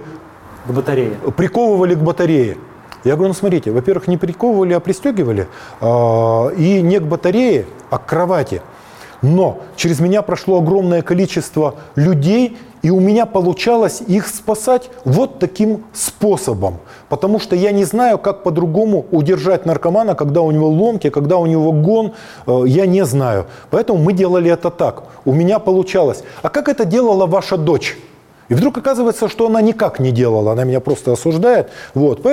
к батарее. Я говорю: ну смотрите, во-первых, не приковывали, а пристегивали. И не к батарее, а к кровати. Но через меня прошло огромное количество людей, и у меня получалось их спасать вот таким способом. Потому что я не знаю, как по-другому удержать наркомана, когда у него ломки, когда у него гон, я не знаю. Поэтому мы делали это так. У меня получалось. А как это делала ваша дочь? И вдруг оказывается, что она никак не делала, она меня просто осуждает. Вот.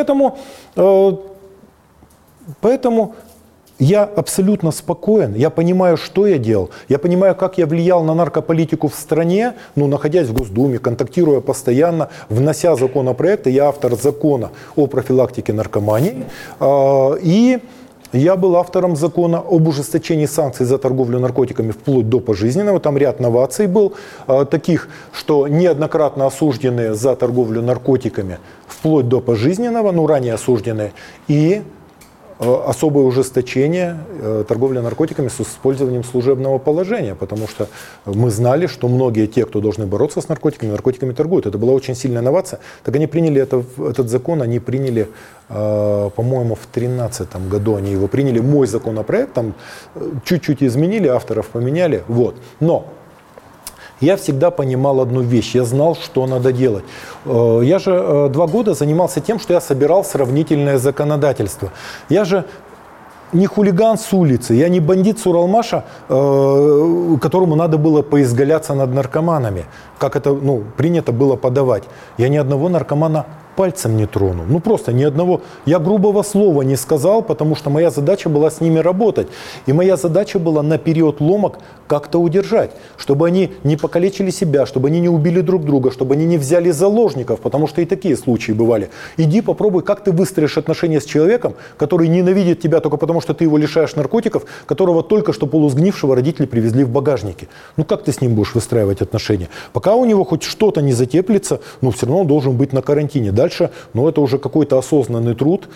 Поэтому я абсолютно спокоен, я понимаю, что я делал, я понимаю, как я влиял на наркополитику в стране, находясь в Госдуме, контактируя постоянно, внося законопроекты, я автор закона о профилактике наркомании, и я был автором закона об ужесточении санкций за торговлю наркотиками вплоть до пожизненного, там ряд новаций был, таких, что неоднократно осужденные за торговлю наркотиками вплоть до пожизненного, ранее осужденные, и особое ужесточение торговли наркотиками с использованием служебного положения, потому что мы знали, что многие те, кто должны бороться с наркотиками торгуют. Это была очень сильная инновация. Так они приняли этот закон, они приняли, по-моему, в 2013 году они его приняли, мой законопроект, там чуть-чуть изменили, авторов поменяли. Вот. Но я всегда понимал одну вещь, я знал, что надо делать. Я же 2 года занимался тем, что я собирал сравнительное законодательство. Я же не хулиган с улицы, я не бандит с Уралмаша, которому надо было поизгаляться над наркоманами, как это принято было подавать. Я ни одного наркомана пальцем не тронул. Просто ни одного. Я грубого слова не сказал, потому что моя задача была с ними работать. И моя задача была на период ломок как-то удержать, чтобы они не покалечили себя, чтобы они не убили друг друга, чтобы они не взяли заложников, потому что и такие случаи бывали. Иди попробуй, как ты выстроишь отношения с человеком, который ненавидит тебя только потому, что ты его лишаешь наркотиков, которого только что полусгнившего родители привезли в багажнике. Как ты с ним будешь выстраивать отношения? Пока у него хоть что-то не затеплится, все равно он должен быть на карантине. Дальше, это уже какой-то осознанный труд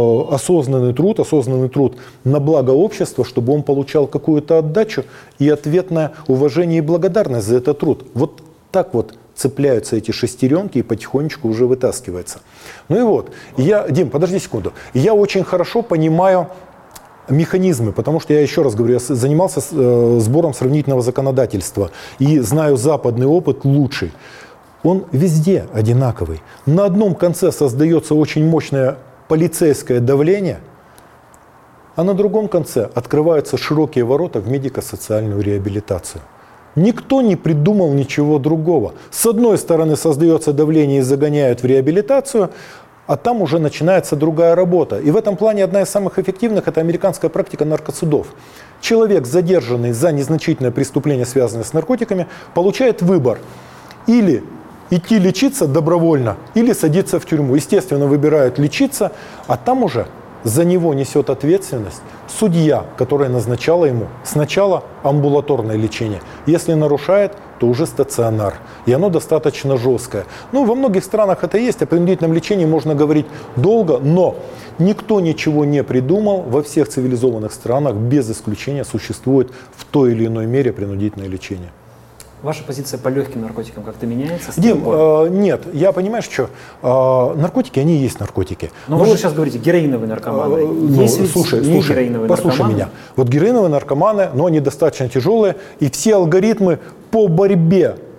на благо общества, чтобы он получал какую-то отдачу и ответное уважение и благодарность за этот труд. Вот так вот цепляются эти шестеренки и потихонечку уже вытаскивается. Дим, подожди секунду. Я очень хорошо понимаю механизмы, потому что я еще раз говорю, я занимался сбором сравнительного законодательства и знаю западный опыт лучший. Он везде одинаковый. На одном конце создается очень мощное полицейское давление, а на другом конце открываются широкие ворота в медико-социальную реабилитацию. Никто не придумал ничего другого. С одной стороны создается давление и загоняют в реабилитацию, а там уже начинается другая работа. И в этом плане одна из самых эффективных – это американская практика наркосудов. Человек, задержанный за незначительное преступление, связанное с наркотиками, получает выбор: или идти лечиться добровольно, или садиться в тюрьму. Естественно, выбирают лечиться, а там уже за него несет ответственность судья, которая назначала ему сначала амбулаторное лечение. Если нарушает, то уже стационар. И оно достаточно жесткое. Во многих странах это есть. О принудительном лечении можно говорить долго, но никто ничего не придумал. Во всех цивилизованных странах без исключения существует в той или иной мере принудительное лечение. Ваша позиция по легким наркотикам как-то меняется? Дим, нет, я понимаешь, что наркотики, они и есть наркотики. Но вы же сейчас говорите, героиновые наркоманы. Слушай, послушай меня. Вот героиновые наркоманы, но они достаточно тяжелые, и все алгоритмы по борьбе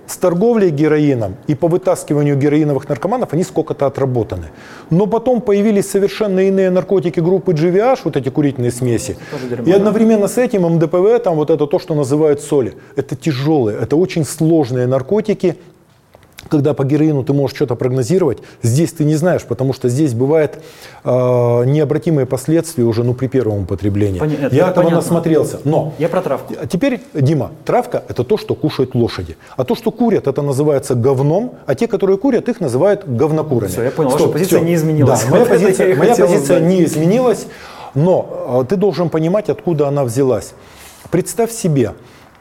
с торговлей героином и по вытаскиванию героиновых наркоманов, они сколько-то отработаны. Но потом появились совершенно иные наркотики группы GVH, вот эти курительные смеси. И одновременно с этим МДПВ, там вот это то, что называют соли. Это тяжелые, это очень сложные наркотики. Когда по героину ты можешь что-то прогнозировать, здесь ты не знаешь, потому что здесь бывают необратимые последствия уже при первом употреблении. Я этого насмотрелся. Но я про травку. Теперь, Дима, травка – это то, что кушают лошади. А то, что курят, это называется говном, а те, которые курят, их называют говнокурами. Все, я понял, ваша позиция не изменилась. Да, моя позиция не изменилась, но ты должен понимать, откуда она взялась. Представь себе,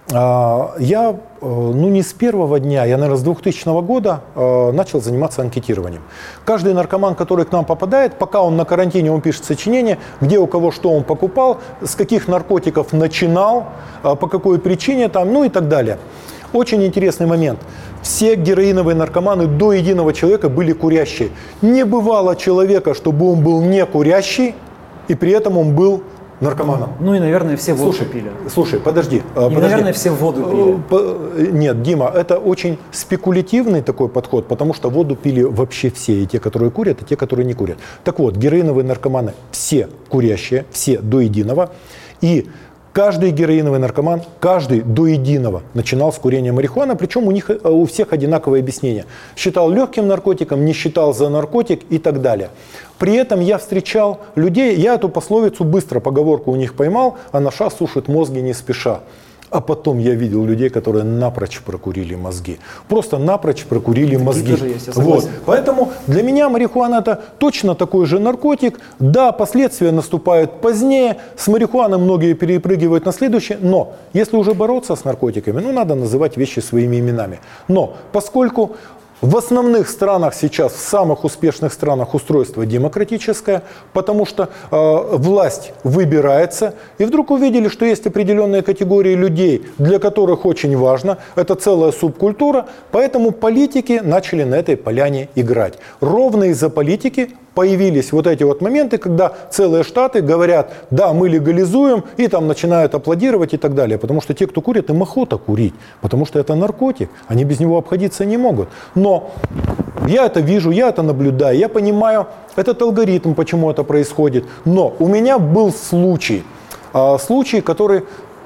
я не с первого дня, я, наверное, с 2000 года начал заниматься анкетированием. Каждый наркоман, который к нам попадает, пока он на карантине, он пишет сочинение, где у кого что он покупал, с каких наркотиков начинал, по какой причине, и так далее. Очень интересный момент. Все героиновые наркоманы до единого человека были курящие. Не бывало человека, чтобы он был не курящий, и при этом он был наркоманом. И, наверное, все воду пили. Слушай, подожди. Наверное, все воду пили. Нет, Дима, это очень спекулятивный такой подход, потому что воду пили вообще все, и те, которые курят, и те, которые не курят. Так вот, героиновые наркоманы все курящие, все до единого, и каждый героиновый наркоман, каждый до единого начинал с курения марихуаны, причем у всех одинаковое объяснение. Считал легким наркотиком, не считал за наркотик и так далее. При этом я встречал людей, я эту пословицу быстро, поговорку у них поймал, а наша сушит мозги не спеша. А потом я видел людей, которые напрочь прокурили мозги. Просто напрочь прокурили мозги. Тоже есть, я согласен. Поэтому для меня марихуана это точно такой же наркотик. Да, последствия наступают позднее. С марихуаной многие перепрыгивают на следующее. Но если уже бороться с наркотиками, надо называть вещи своими именами. Но поскольку в основных странах сейчас, в самых успешных странах устройство демократическое, потому что власть выбирается, и вдруг увидели, что есть определенные категории людей, для которых очень важно, это целая субкультура, поэтому политики начали на этой поляне играть. Ровно из-за политики появились вот эти вот моменты, когда целые штаты говорят, да, мы легализуем, и там начинают аплодировать и так далее. Потому что те, кто курит, им охота курить, потому что это наркотик, они без него обходиться не могут. Но я это вижу, я это наблюдаю, я понимаю этот алгоритм, почему это происходит. Но у меня был случай, который...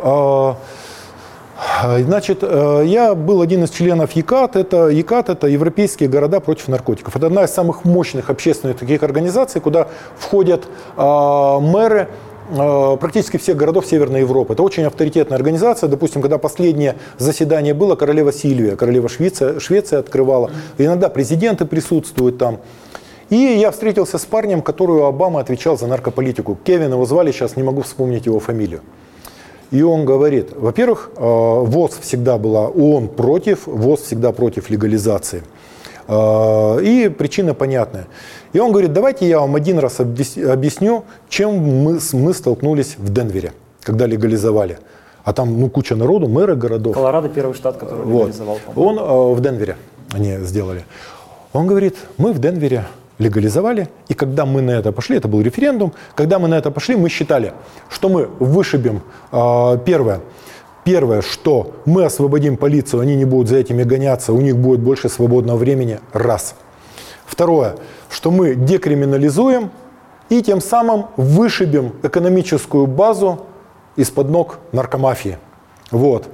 Значит, я был один из членов ЕКАТ. ЕКАТ – это Европейские города против наркотиков. Это одна из самых мощных общественных таких организаций, куда входят мэры практически всех городов Северной Европы. Это очень авторитетная организация. Допустим, когда последнее заседание было, королева Сильвия, королева Швеции открывала. Иногда президенты присутствуют там. И я встретился с парнем, который у Обамы отвечал за наркополитику. Кевин его звали, сейчас не могу вспомнить его фамилию. И он говорит, во-первых, ВОЗ всегда была, ООН против, ВОЗ всегда против легализации. И причина понятная. И он говорит, давайте я вам один раз объясню, чем мы столкнулись в Денвере, когда легализовали. А там куча народу, мэры городов. Колорадо первый штат, который легализовал. Он в Денвере они сделали. Он говорит, мы в Денвере легализовали, и когда мы на это пошли, это был референдум, когда мы на это пошли, мы считали, что мы вышибем первое, что мы освободим полицию, они не будут за этими гоняться, у них будет больше свободного времени, раз. Второе, что мы декриминализуем и тем самым вышибем экономическую базу из-под ног наркомафии. Вот.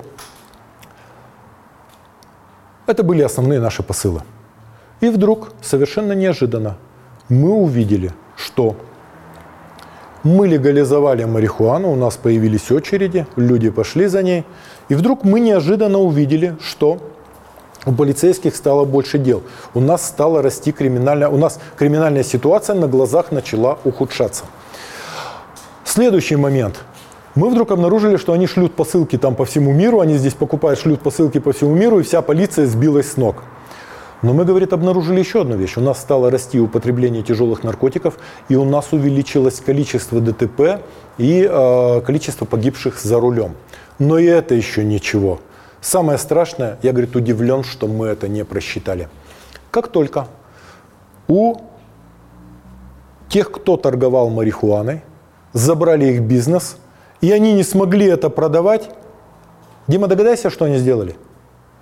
Это были основные наши посылы. И вдруг, совершенно неожиданно, мы увидели, что мы легализовали марихуану, у нас появились очереди, люди пошли за ней. И вдруг мы неожиданно увидели, что у полицейских стало больше дел. У нас стала расти криминальная ситуация на глазах начала ухудшаться. Следующий момент. Мы вдруг обнаружили, что они шлют посылки там по всему миру, они здесь покупают, шлют посылки по всему миру, и вся полиция сбилась с ног. Но мы, говорит, обнаружили еще одну вещь. У нас стало расти употребление тяжелых наркотиков, и у нас увеличилось количество ДТП и количество погибших за рулем. Но и это еще ничего. Самое страшное, я, говорит, удивлен, что мы это не просчитали. Как только у тех, кто торговал марихуаной, забрали их бизнес, и они не смогли это продавать, Дима, догадайся, что они сделали?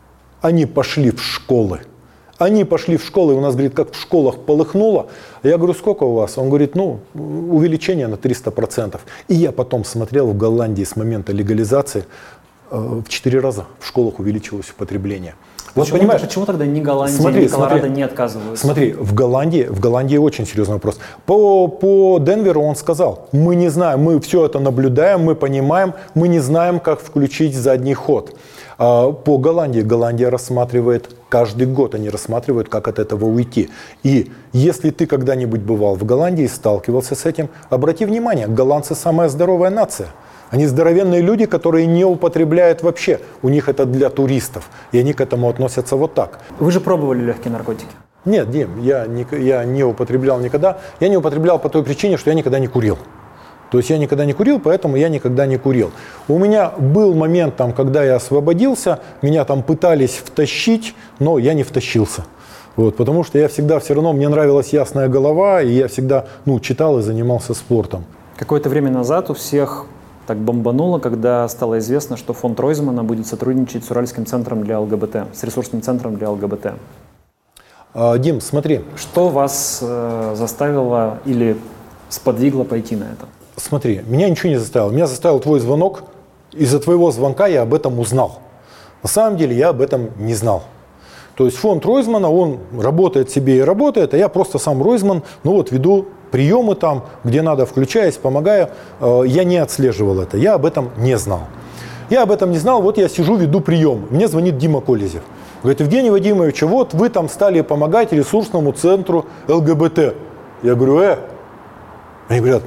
они пошли в школы. Они пошли в школы, и у нас, говорит, как в школах полыхнуло. Я говорю, сколько у вас? Он говорит, ну, увеличение на 300%. И я потом смотрел в Голландии с момента легализации, в 4 раза в школах увеличилось употребление. Вот понимаешь, почему тогда ни Голландия, ни Колорадо не отказываются? Смотри, в Голландии очень серьезный вопрос. По Денверу он сказал, мы не знаем, мы все это наблюдаем, мы понимаем, мы не знаем, как включить задний ход. По Голландия рассматривает, каждый год они рассматривают, как от этого уйти. И если ты когда-нибудь бывал в Голландии и сталкивался с этим, обрати внимание, голландцы самая здоровая нация. Они здоровенные люди, которые не употребляют вообще. У них это для туристов. И они к этому относятся вот так. Вы же пробовали легкие наркотики? Нет, Дим, я не употреблял никогда. Я не употреблял по той причине, что я никогда не курил. То есть я никогда не курил, поэтому я никогда не курил. У меня был момент, там, когда я освободился, меня там пытались втащить, но я не втащился. Вот, потому что я всегда все равно, мне нравилась ясная голова, и я всегда читал и занимался спортом. Какое-то время назад у всех так бомбануло, когда стало известно, что фонд Ройзмана будет сотрудничать с Уральским центром для ЛГБТ, с ресурсным центром для ЛГБТ. Дим, смотри. Что вас заставило или сподвигло пойти на это? Смотри, меня ничего не заставило. Меня заставил твой звонок. Из-за твоего звонка я об этом узнал. На самом деле я об этом не знал. То есть фонд Ройзмана, он работает себе и работает, а я просто сам Ройзман, веду приемы там, где надо, включаясь, помогаю. Я не отслеживал это, я об этом не знал. Я об этом не знал, вот я сижу, веду прием. Мне звонит Дима Колезев. Говорит, Евгений Вадимович, вот вы там стали помогать ресурсному центру ЛГБТ. Я говорю, Они говорят,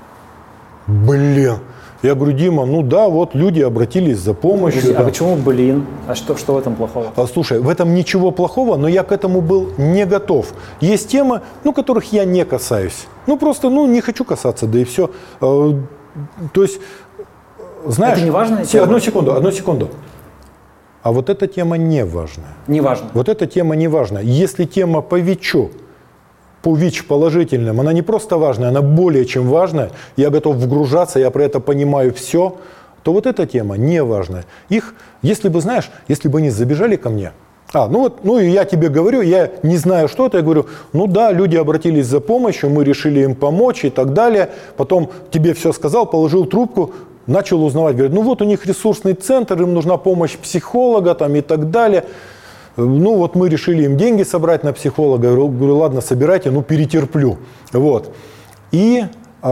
Я говорю, Дима, вот люди обратились за помощью. А почему А что в этом плохого? Слушай, в этом ничего плохого, но я к этому был не готов. Есть темы, которых я не касаюсь. Просто, не хочу касаться, да и все. То есть, знаешь... Это не важная тема? Одну секунду. А вот эта тема не важная. Не важна? Вот эта тема не важна. Если тема по ВИЧу, по ВИЧ положительным, она не просто важная, она более чем важная, я готов вгружаться, я про это понимаю все, то вот эта тема не важная. Если бы они забежали ко мне, и я тебе говорю, я не знаю, что это, я говорю, люди обратились за помощью, мы решили им помочь и так далее, потом тебе все сказал, положил трубку, начал узнавать, говорит, у них ресурсный центр, им нужна помощь психолога там, и так далее. Мы решили им деньги собрать на психолога. Говорю, ладно, собирайте, перетерплю. Вот. И,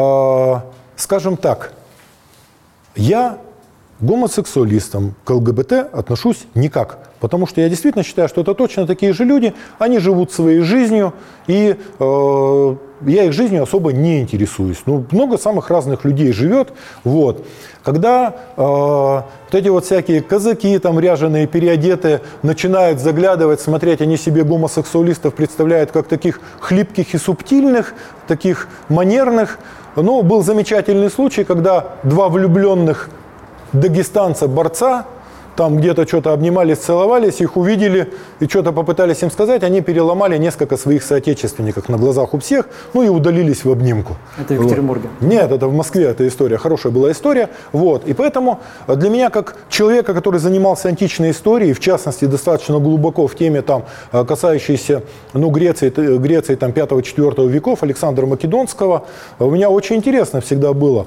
скажем так, я к гомосексуалистам, к ЛГБТ отношусь никак. Потому что я действительно считаю, что это точно такие же люди, они живут своей жизнью, и я их жизнью особо не интересуюсь. Много самых разных людей живет. Вот. Когда эти всякие казаки, там ряженые, переодетые, начинают заглядывать, смотреть, они себе гомосексуалистов представляют как таких хлипких и субтильных, таких манерных. Был замечательный случай, когда два влюбленных дагестанца-борца там где-то что-то обнимались, целовались, их увидели и что-то попытались им сказать, они переломали несколько своих соотечественников на глазах у всех, и удалились в обнимку. Это в Екатеринбурге? Нет, это в Москве эта история, хорошая была история. Вот. И поэтому для меня, как человека, который занимался античной историей, в частности, достаточно глубоко в теме, касающейся Греции 5-4 веков, Александра Македонского, у меня очень интересно всегда было.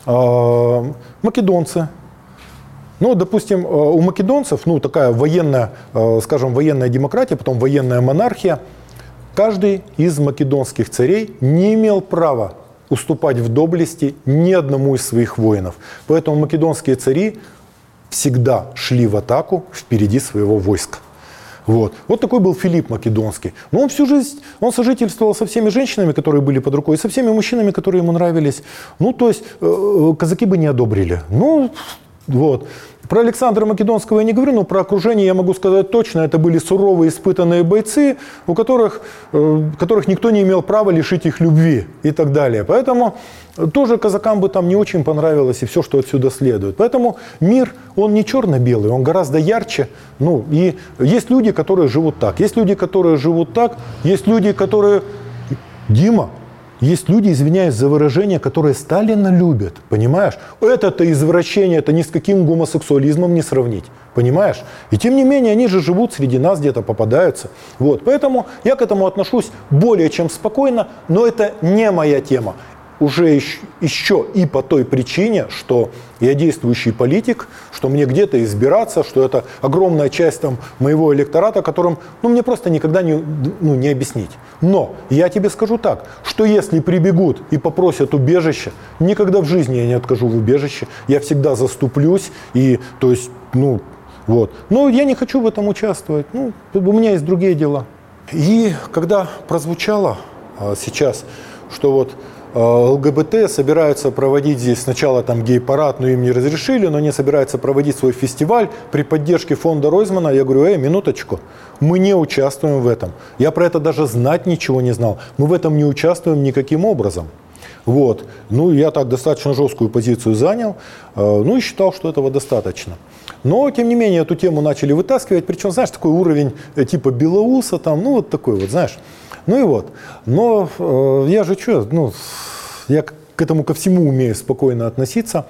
Македонцы. Допустим, у македонцев, такая военная, военная демократия, потом военная монархия. Каждый из македонских царей не имел права уступать в доблести ни одному из своих воинов. Поэтому македонские цари всегда шли в атаку впереди своего войска. Вот такой был Филипп Македонский. Но он всю жизнь, он сожительствовал со всеми женщинами, которые были под рукой, и со всеми мужчинами, которые ему нравились. То есть казаки бы не одобрили. Вот. Про Александра Македонского я не говорю, но про окружение я могу сказать точно. Это были суровые, испытанные бойцы, у которых никто не имел права лишить их любви и так далее. Поэтому тоже казакам бы там не очень понравилось и все, что отсюда следует. Поэтому мир, он не черно-белый, он гораздо ярче. И есть люди, которые живут так. Есть люди, которые живут так. Есть люди, которые... Дима, есть люди, извиняюсь за выражение, которые Сталина любят, понимаешь? Это извращение, это ни с каким гомосексуализмом не сравнить. Понимаешь? И тем не менее, они же живут среди нас, где-то попадаются. Вот. Поэтому я к этому отношусь более чем спокойно, но это не моя тема. Уже еще и по той причине, что я действующий политик, что мне где-то избираться, что это огромная часть там, моего электората, которым мне просто никогда не объяснить. Но я тебе скажу так, что если прибегут и попросят убежище, никогда в жизни я не откажу в убежище, я всегда заступлюсь, и то есть, вот. Но я не хочу в этом участвовать, у меня есть другие дела. И когда прозвучало сейчас, что вот ЛГБТ собираются проводить здесь сначала там гей-парад, но им не разрешили, но они собираются проводить свой фестиваль при поддержке фонда Ройзмана. Я говорю, минуточку, мы не участвуем в этом. Я про это даже знать ничего не знал. Мы в этом не участвуем никаким образом. Вот. Я так достаточно жесткую позицию занял, и считал, что этого достаточно. Но, тем не менее, эту тему начали вытаскивать, причем, знаешь, такой уровень типа Белоуса, там, вот такой вот, знаешь. Но я же я к этому ко всему умею спокойно относиться,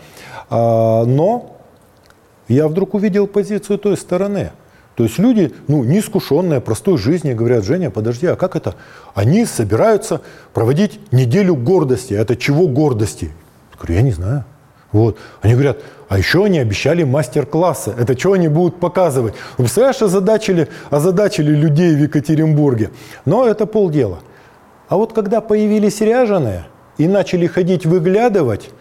но я вдруг увидел позицию той стороны. То есть люди, неискушенные, простой жизни, говорят, Женя, подожди, а как это? Они собираются проводить неделю гордости. Это чего гордости? Я говорю, я не знаю. Вот. Они говорят, а еще они обещали мастер-классы. Это что они будут показывать? Вы представляешь, озадачили людей в Екатеринбурге. Но это полдела. А вот когда появились ряженые и начали ходить выглядывать,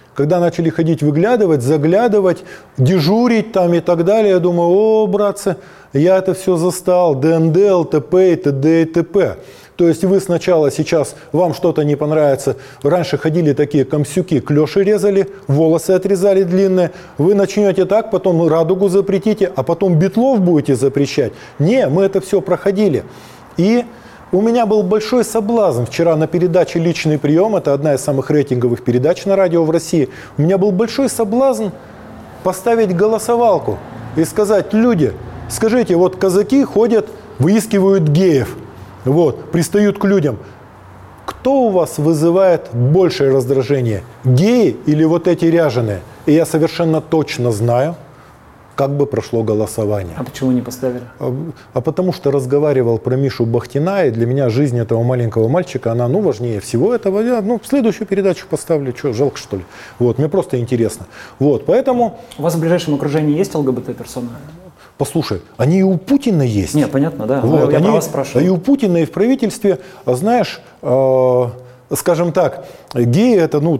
заглядывать, дежурить там и так далее, я думаю, братцы, я это все застал, ДНД, ЛТП и т.д. и т.п. То есть вы сначала сейчас, вам что-то не понравится, раньше ходили такие комсюки, клёши резали, волосы отрезали длинные, вы начнете так, потом радугу запретите, а потом битлов будете запрещать. Не, мы это все проходили. И у меня был большой соблазн вчера на передаче «Личный прием», это одна из самых рейтинговых передач на радио в России, у меня был большой соблазн поставить голосовалку и сказать, люди, скажите, вот казаки ходят, выискивают геев. Вот, пристают к людям. Кто у вас вызывает большее раздражение? Геи или вот эти ряженые? И я совершенно точно знаю, как бы прошло голосование. А почему не поставили? А потому что разговаривал про Мишу Бахтина, и для меня жизнь этого маленького мальчика, она важнее всего этого. Я в следующую передачу поставлю. Что, жалко что ли? Вот, мне просто интересно. Вот, поэтому... У вас в ближайшем окружении есть ЛГБТ-персоны? Послушай, они и у Путина есть. Нет, понятно, да. Вот, я про вас спрашиваю. И у Путина, и в правительстве, знаешь, скажем так, геи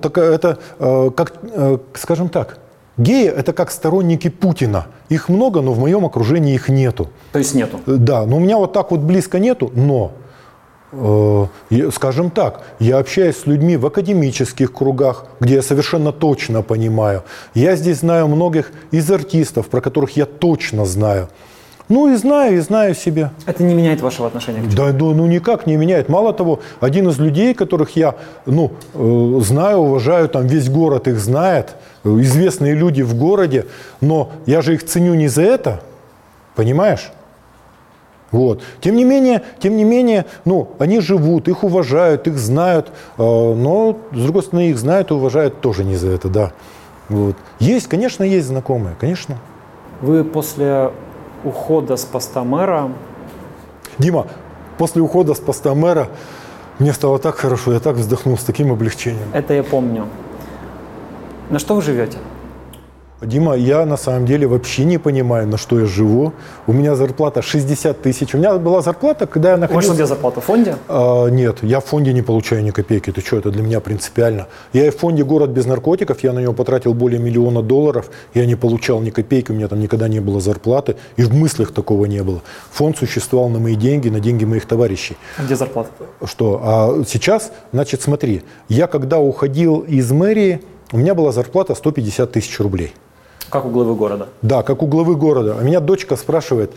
геи это как сторонники Путина. Их много, но в моем окружении их нету. То есть нету? Да, но у меня вот так вот близко нету, но... скажем так, я общаюсь с людьми в академических кругах, где я совершенно точно понимаю. Я здесь знаю многих из артистов, про которых я точно знаю. И знаю себя. Это не меняет вашего отношения к человеку? Да, никак не меняет. Мало того, один из людей, которых я, знаю, уважаю, там весь город их знает, известные люди в городе, но я же их ценю не за это, понимаешь? Вот. Тем не менее, они живут, их уважают, их знают, но, с другой стороны, их знают и уважают тоже не за это, да. Вот. Конечно, есть знакомые, конечно. Вы после ухода с поста мэра... Дима, после ухода с поста мэра мне стало так хорошо, я так вздохнул с таким облегчением. Это я помню. На что вы живете? Дима, я на самом деле вообще не понимаю, на что я живу. У меня зарплата 60 тысяч. У меня была зарплата, когда я находился... Где зарплата? В фонде? Нет, я в фонде не получаю ни копейки. Ты что, это для меня принципиально. Я и в фонде «Город без наркотиков», я на него потратил более $1 миллиона. Я не получал ни копейки, у меня там никогда не было зарплаты. И в мыслях такого не было. Фонд существовал на мои деньги, на деньги моих товарищей. А где зарплата? Что? А сейчас, значит, смотри. Я когда уходил из мэрии, у меня была зарплата 150 тысяч рублей. Как у главы города? Да, как у главы города. А меня дочка спрашивает,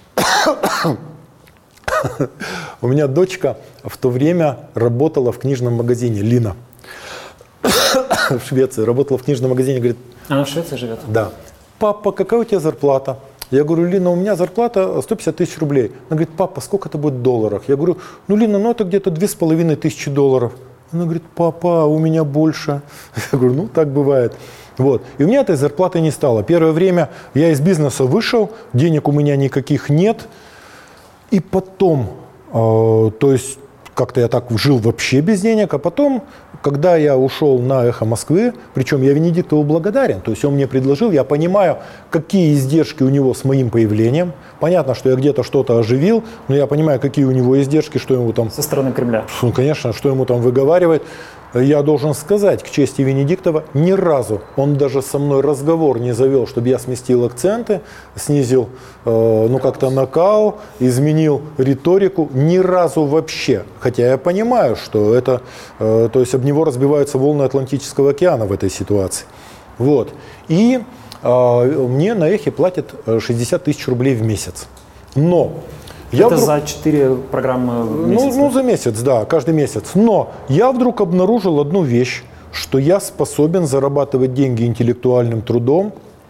у меня дочка в то время работала в книжном магазине, Лина, в Швеции, работала в книжном магазине, говорит... Она в Швеции живет? Да. Папа, какая у тебя зарплата? Я говорю, Лина, у меня зарплата 150 тысяч рублей. Она говорит, папа, сколько это будет в долларах? Я говорю, Лина, это где-то $2500. Она говорит, папа, у меня больше. Я говорю, так бывает. Вот. И у меня этой зарплаты не стало. Первое время я из бизнеса вышел, денег у меня никаких нет. И потом, то есть как-то я так жил вообще без денег, а потом, когда я ушел на «Эхо Москвы», причем я Венедиктову благодарен, то есть он мне предложил, я понимаю, какие издержки у него с моим появлением. Понятно, что я где-то что-то оживил, но я понимаю, какие у него издержки, что ему там... Со стороны Кремля. Ну, конечно, что ему там выговаривает. Я должен сказать, к чести Венедиктова, ни разу он даже со мной разговор не завел, чтобы я сместил акценты, снизил, как-то накал, изменил риторику. Ни разу вообще. Хотя я понимаю, что это, то есть об него разбиваются волны Атлантического океана в этой ситуации. Вот. И мне на «Эхе» платят 60 тысяч рублей в месяц. Но... Это за 4 программы в месяц? За месяц, да, каждый месяц. Но я вдруг обнаружил одну вещь, что я способен зарабатывать деньги интеллектуальным трудом.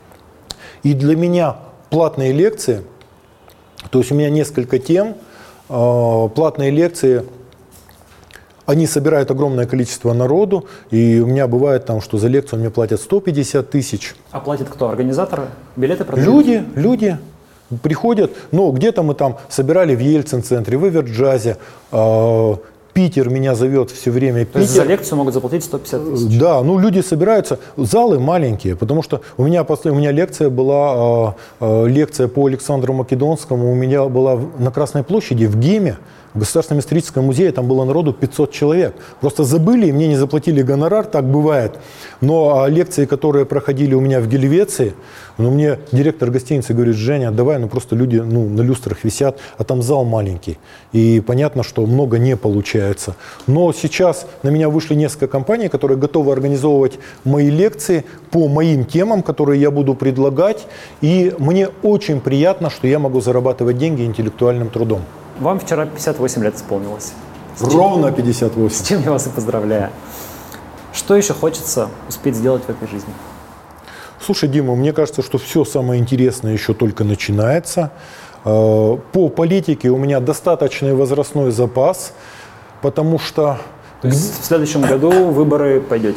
И для меня платные лекции, то есть у меня несколько тем, платные лекции, они собирают огромное количество народу, и у меня бывает там, что за лекцию мне платят 150 тысяч. А платят кто? Организаторы? Билеты продают? Люди. Приходят, где-то мы там собирали в Ельцин-центре, в Эверджазе, Питер меня зовет все время. То есть за лекцию могут заплатить 150 тысяч? Да, люди собираются, залы маленькие, потому что у меня лекция была, лекция по Александру Македонскому, у меня была на Красной площади в ГИМе, в Государственном историческом музее, там было народу 500 человек. Просто забыли, и мне не заплатили гонорар, так бывает. Но лекции, которые проходили у меня в Гельвеции, мне директор гостиницы говорит: Женя, давай, просто люди на люстрах висят, а там зал маленький. И понятно, что много не получается. Но сейчас на меня вышли несколько компаний, которые готовы организовывать мои лекции по моим темам, которые я буду предлагать. И мне очень приятно, что я могу зарабатывать деньги интеллектуальным трудом. Вам вчера 58 лет исполнилось. Ровно 58. С чем я вас и поздравляю. Что еще хочется успеть сделать в этой жизни? Слушай, Дима, мне кажется, что все самое интересное еще только начинается. По политике у меня достаточный возрастной запас, потому что... То есть в следующем году выборы пойдете?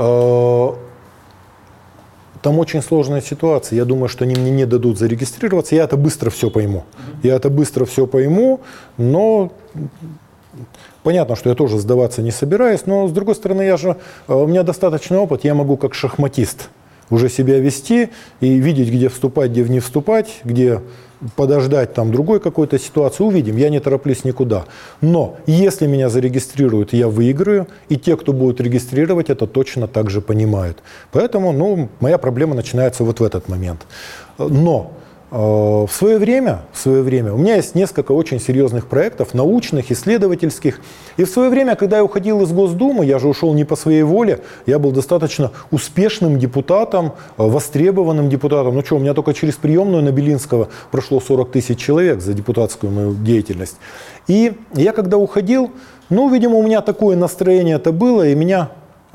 Там очень сложная ситуация. Я думаю, что они мне не дадут зарегистрироваться. Я это быстро все пойму. Но понятно, что я тоже сдаваться не собираюсь. Но, с другой стороны, у меня достаточный опыт. Я могу как шахматист уже себя вести и видеть, где вступать, где не вступать, где подождать там другой какой-то ситуации. Увидим, я не тороплюсь никуда. Но если меня зарегистрируют, я выиграю, и те, кто будут регистрировать, это точно так же понимают. Поэтому, моя проблема начинается вот в этот момент. Но в свое время у меня есть несколько очень серьезных проектов, научных, исследовательских. И в свое время, когда я уходил из Госдумы, я же ушел не по своей воле, я был достаточно успешным депутатом, востребованным депутатом. У меня только через приемную на Белинского прошло 40 тысяч человек за депутатскую мою деятельность. И я когда уходил, видимо, у меня такое настроение-то было, и меня...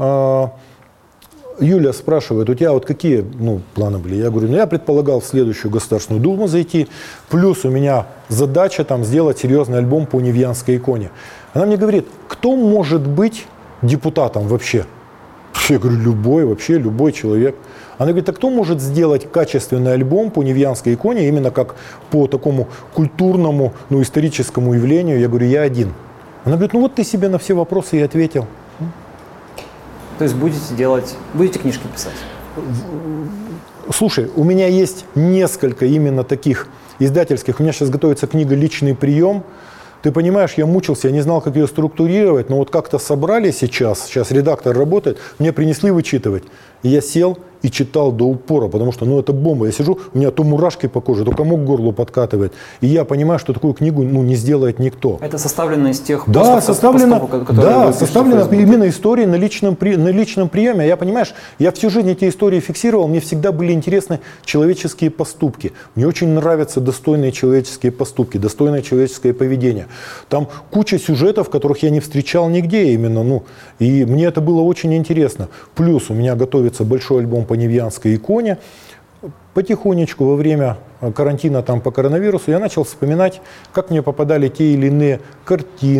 Юля спрашивает: у тебя какие планы были? Я говорю, я предполагал в следующую Государственную Думу зайти, плюс у меня задача сделать серьезный альбом по Невьянской иконе. Она мне говорит: кто может быть депутатом вообще? Я говорю, любой человек. Она говорит, а кто может сделать качественный альбом по Невьянской иконе, именно как по такому культурному, историческому явлению? Я говорю, я один. Она говорит, ты себе на все вопросы и ответил. То есть будете книжки писать? Слушай, у меня есть несколько именно таких издательских. У меня сейчас готовится книга «Личный прием». Ты понимаешь, я мучился, я не знал, как ее структурировать, но как-то собрали сейчас редактор работает, мне принесли вычитывать. И я сел и читал до упора, потому что это бомба. Я сижу, у меня то мурашки по коже, то комок к горлу подкатывает. И я понимаю, что такую книгу не сделает никто. Это составлено из тех постов, составлено именно истории на личном приеме. Я, понимаешь, я всю жизнь эти истории фиксировал, мне всегда были интересны человеческие поступки. Мне очень нравятся достойные человеческие поступки, достойное человеческое поведение. Там куча сюжетов, которых я не встречал нигде именно. И мне это было очень интересно. Плюс у меня готовится большой альбом по Невьянской иконе. Потихонечку во время карантина по коронавирусу я начал вспоминать, как мне попадали те или иные картины,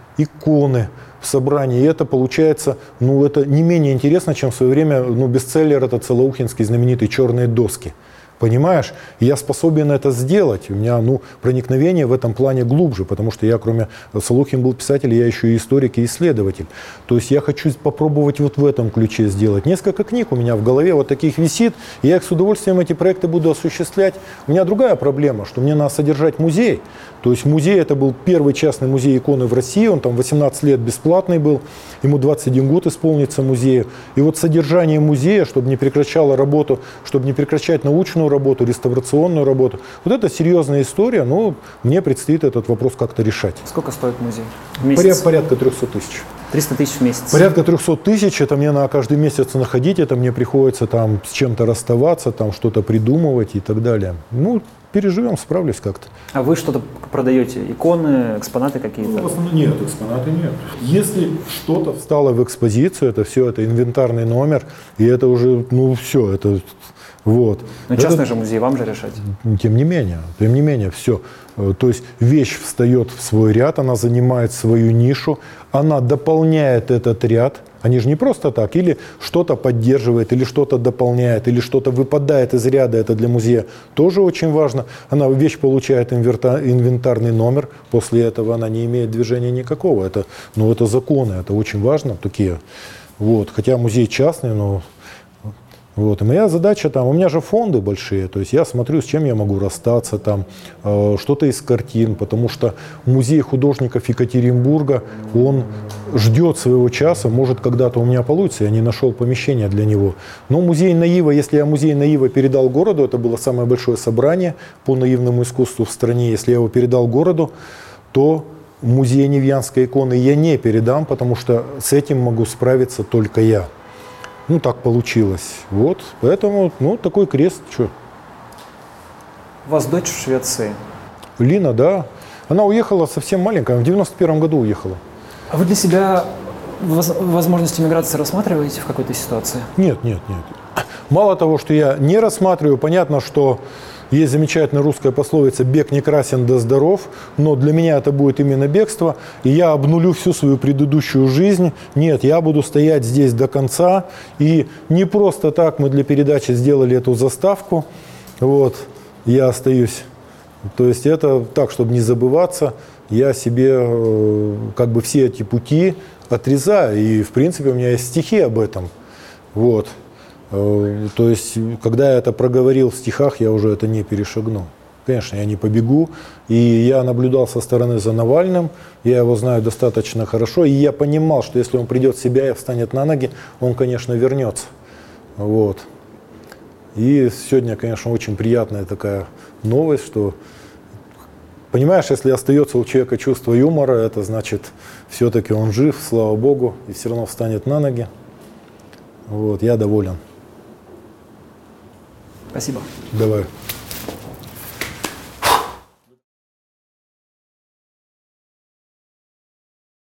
иконы в собрании. И это получается, ну, это не менее интересно, чем в свое время, ну, бестселлер это Целоухинский знаменитый «Черные доски». Понимаешь? Я способен это сделать. У меня, ну, проникновение в этом плане глубже, потому что я, кроме Целоухин был писатель, я еще и историк и исследователь. То есть я хочу попробовать вот в этом ключе сделать. Несколько книг у меня в голове вот таких висит, и я их с удовольствием эти проекты буду осуществлять. У меня другая проблема, что мне надо содержать музей. То есть музей это был первый частный музей иконы в России, он там 18 лет бесплатный был, ему 21 год исполнится музею. И вот содержание музея, чтобы не прекращало работу, чтобы не прекращать научную работу, реставрационную работу, вот это серьезная история, но мне предстоит этот вопрос как-то решать. Сколько стоит музей в месяц? Порядка 300 тысяч. 300 тысяч в месяц? Порядка 300 тысяч, это мне надо каждый месяц находить, это мне приходится там с чем-то расставаться, там что-то придумывать и так далее. Ну, переживем, справлюсь как-то. А вы что-то продаете? Иконы, экспонаты какие-то? Ну, в основном нет, экспонаты нет. Если что-то встало в экспозицию, это все, это инвентарный номер, и это уже, ну, все, это вот. Но частный же музей, вам же решать. Тем не менее, все. То есть вещь встает в свой ряд, она занимает свою нишу, она дополняет этот ряд. Они же не просто так, или что-то поддерживает, или что-то дополняет, или что-то выпадает из ряда, это для музея тоже очень важно. Вещь получает инвентарный номер, после этого она не имеет движения никакого. Это, ну, это законы, это очень важно, такие. Вот. Хотя музей частный, но... Вот. И моя задача там, у меня же фонды большие, то есть я смотрю, с чем я могу расстаться, там, что-то из картин, потому что музей художников Екатеринбурга, он ждет своего часа, может когда-то у меня получится, я не нашел помещения для него. Но музей Наива, если я музей Наива передал городу, это было самое большое собрание по наивному искусству в стране, если я его передал городу, то музей Невьянской иконы я не передам, потому что с этим могу справиться только я. Ну, так получилось. Вот, поэтому, ну, такой крест, что. У вас дочь в Швеции? Лина, да. Она уехала совсем маленькая, в 91 году уехала. А вы для себя возможность иммиграции рассматриваете в какой-то ситуации? Нет. Мало того, что я не рассматриваю, понятно, что есть замечательная русская пословица «бег не красен, да здоров», но для меня это будет именно бегство, и я обнулю всю свою предыдущую жизнь. Нет, я буду стоять здесь до конца, и не просто так мы для передачи сделали эту заставку, вот, я остаюсь. То есть это так, чтобы не забываться, я себе как бы все эти пути отрезаю, и в принципе у меня есть стихи об этом, вот. То есть, когда я это проговорил в стихах, я уже это не перешагну. Конечно, я не побегу. И я наблюдал со стороны за Навальным, я его знаю достаточно хорошо, и я понимал, что если он придет в себя и встанет на ноги, он, конечно, вернется. Вот. И сегодня, конечно, очень приятная такая новость, что, понимаешь, если остается у человека чувство юмора, это значит, все-таки он жив, слава Богу, и все равно встанет на ноги. Вот, я доволен. Спасибо. Давай.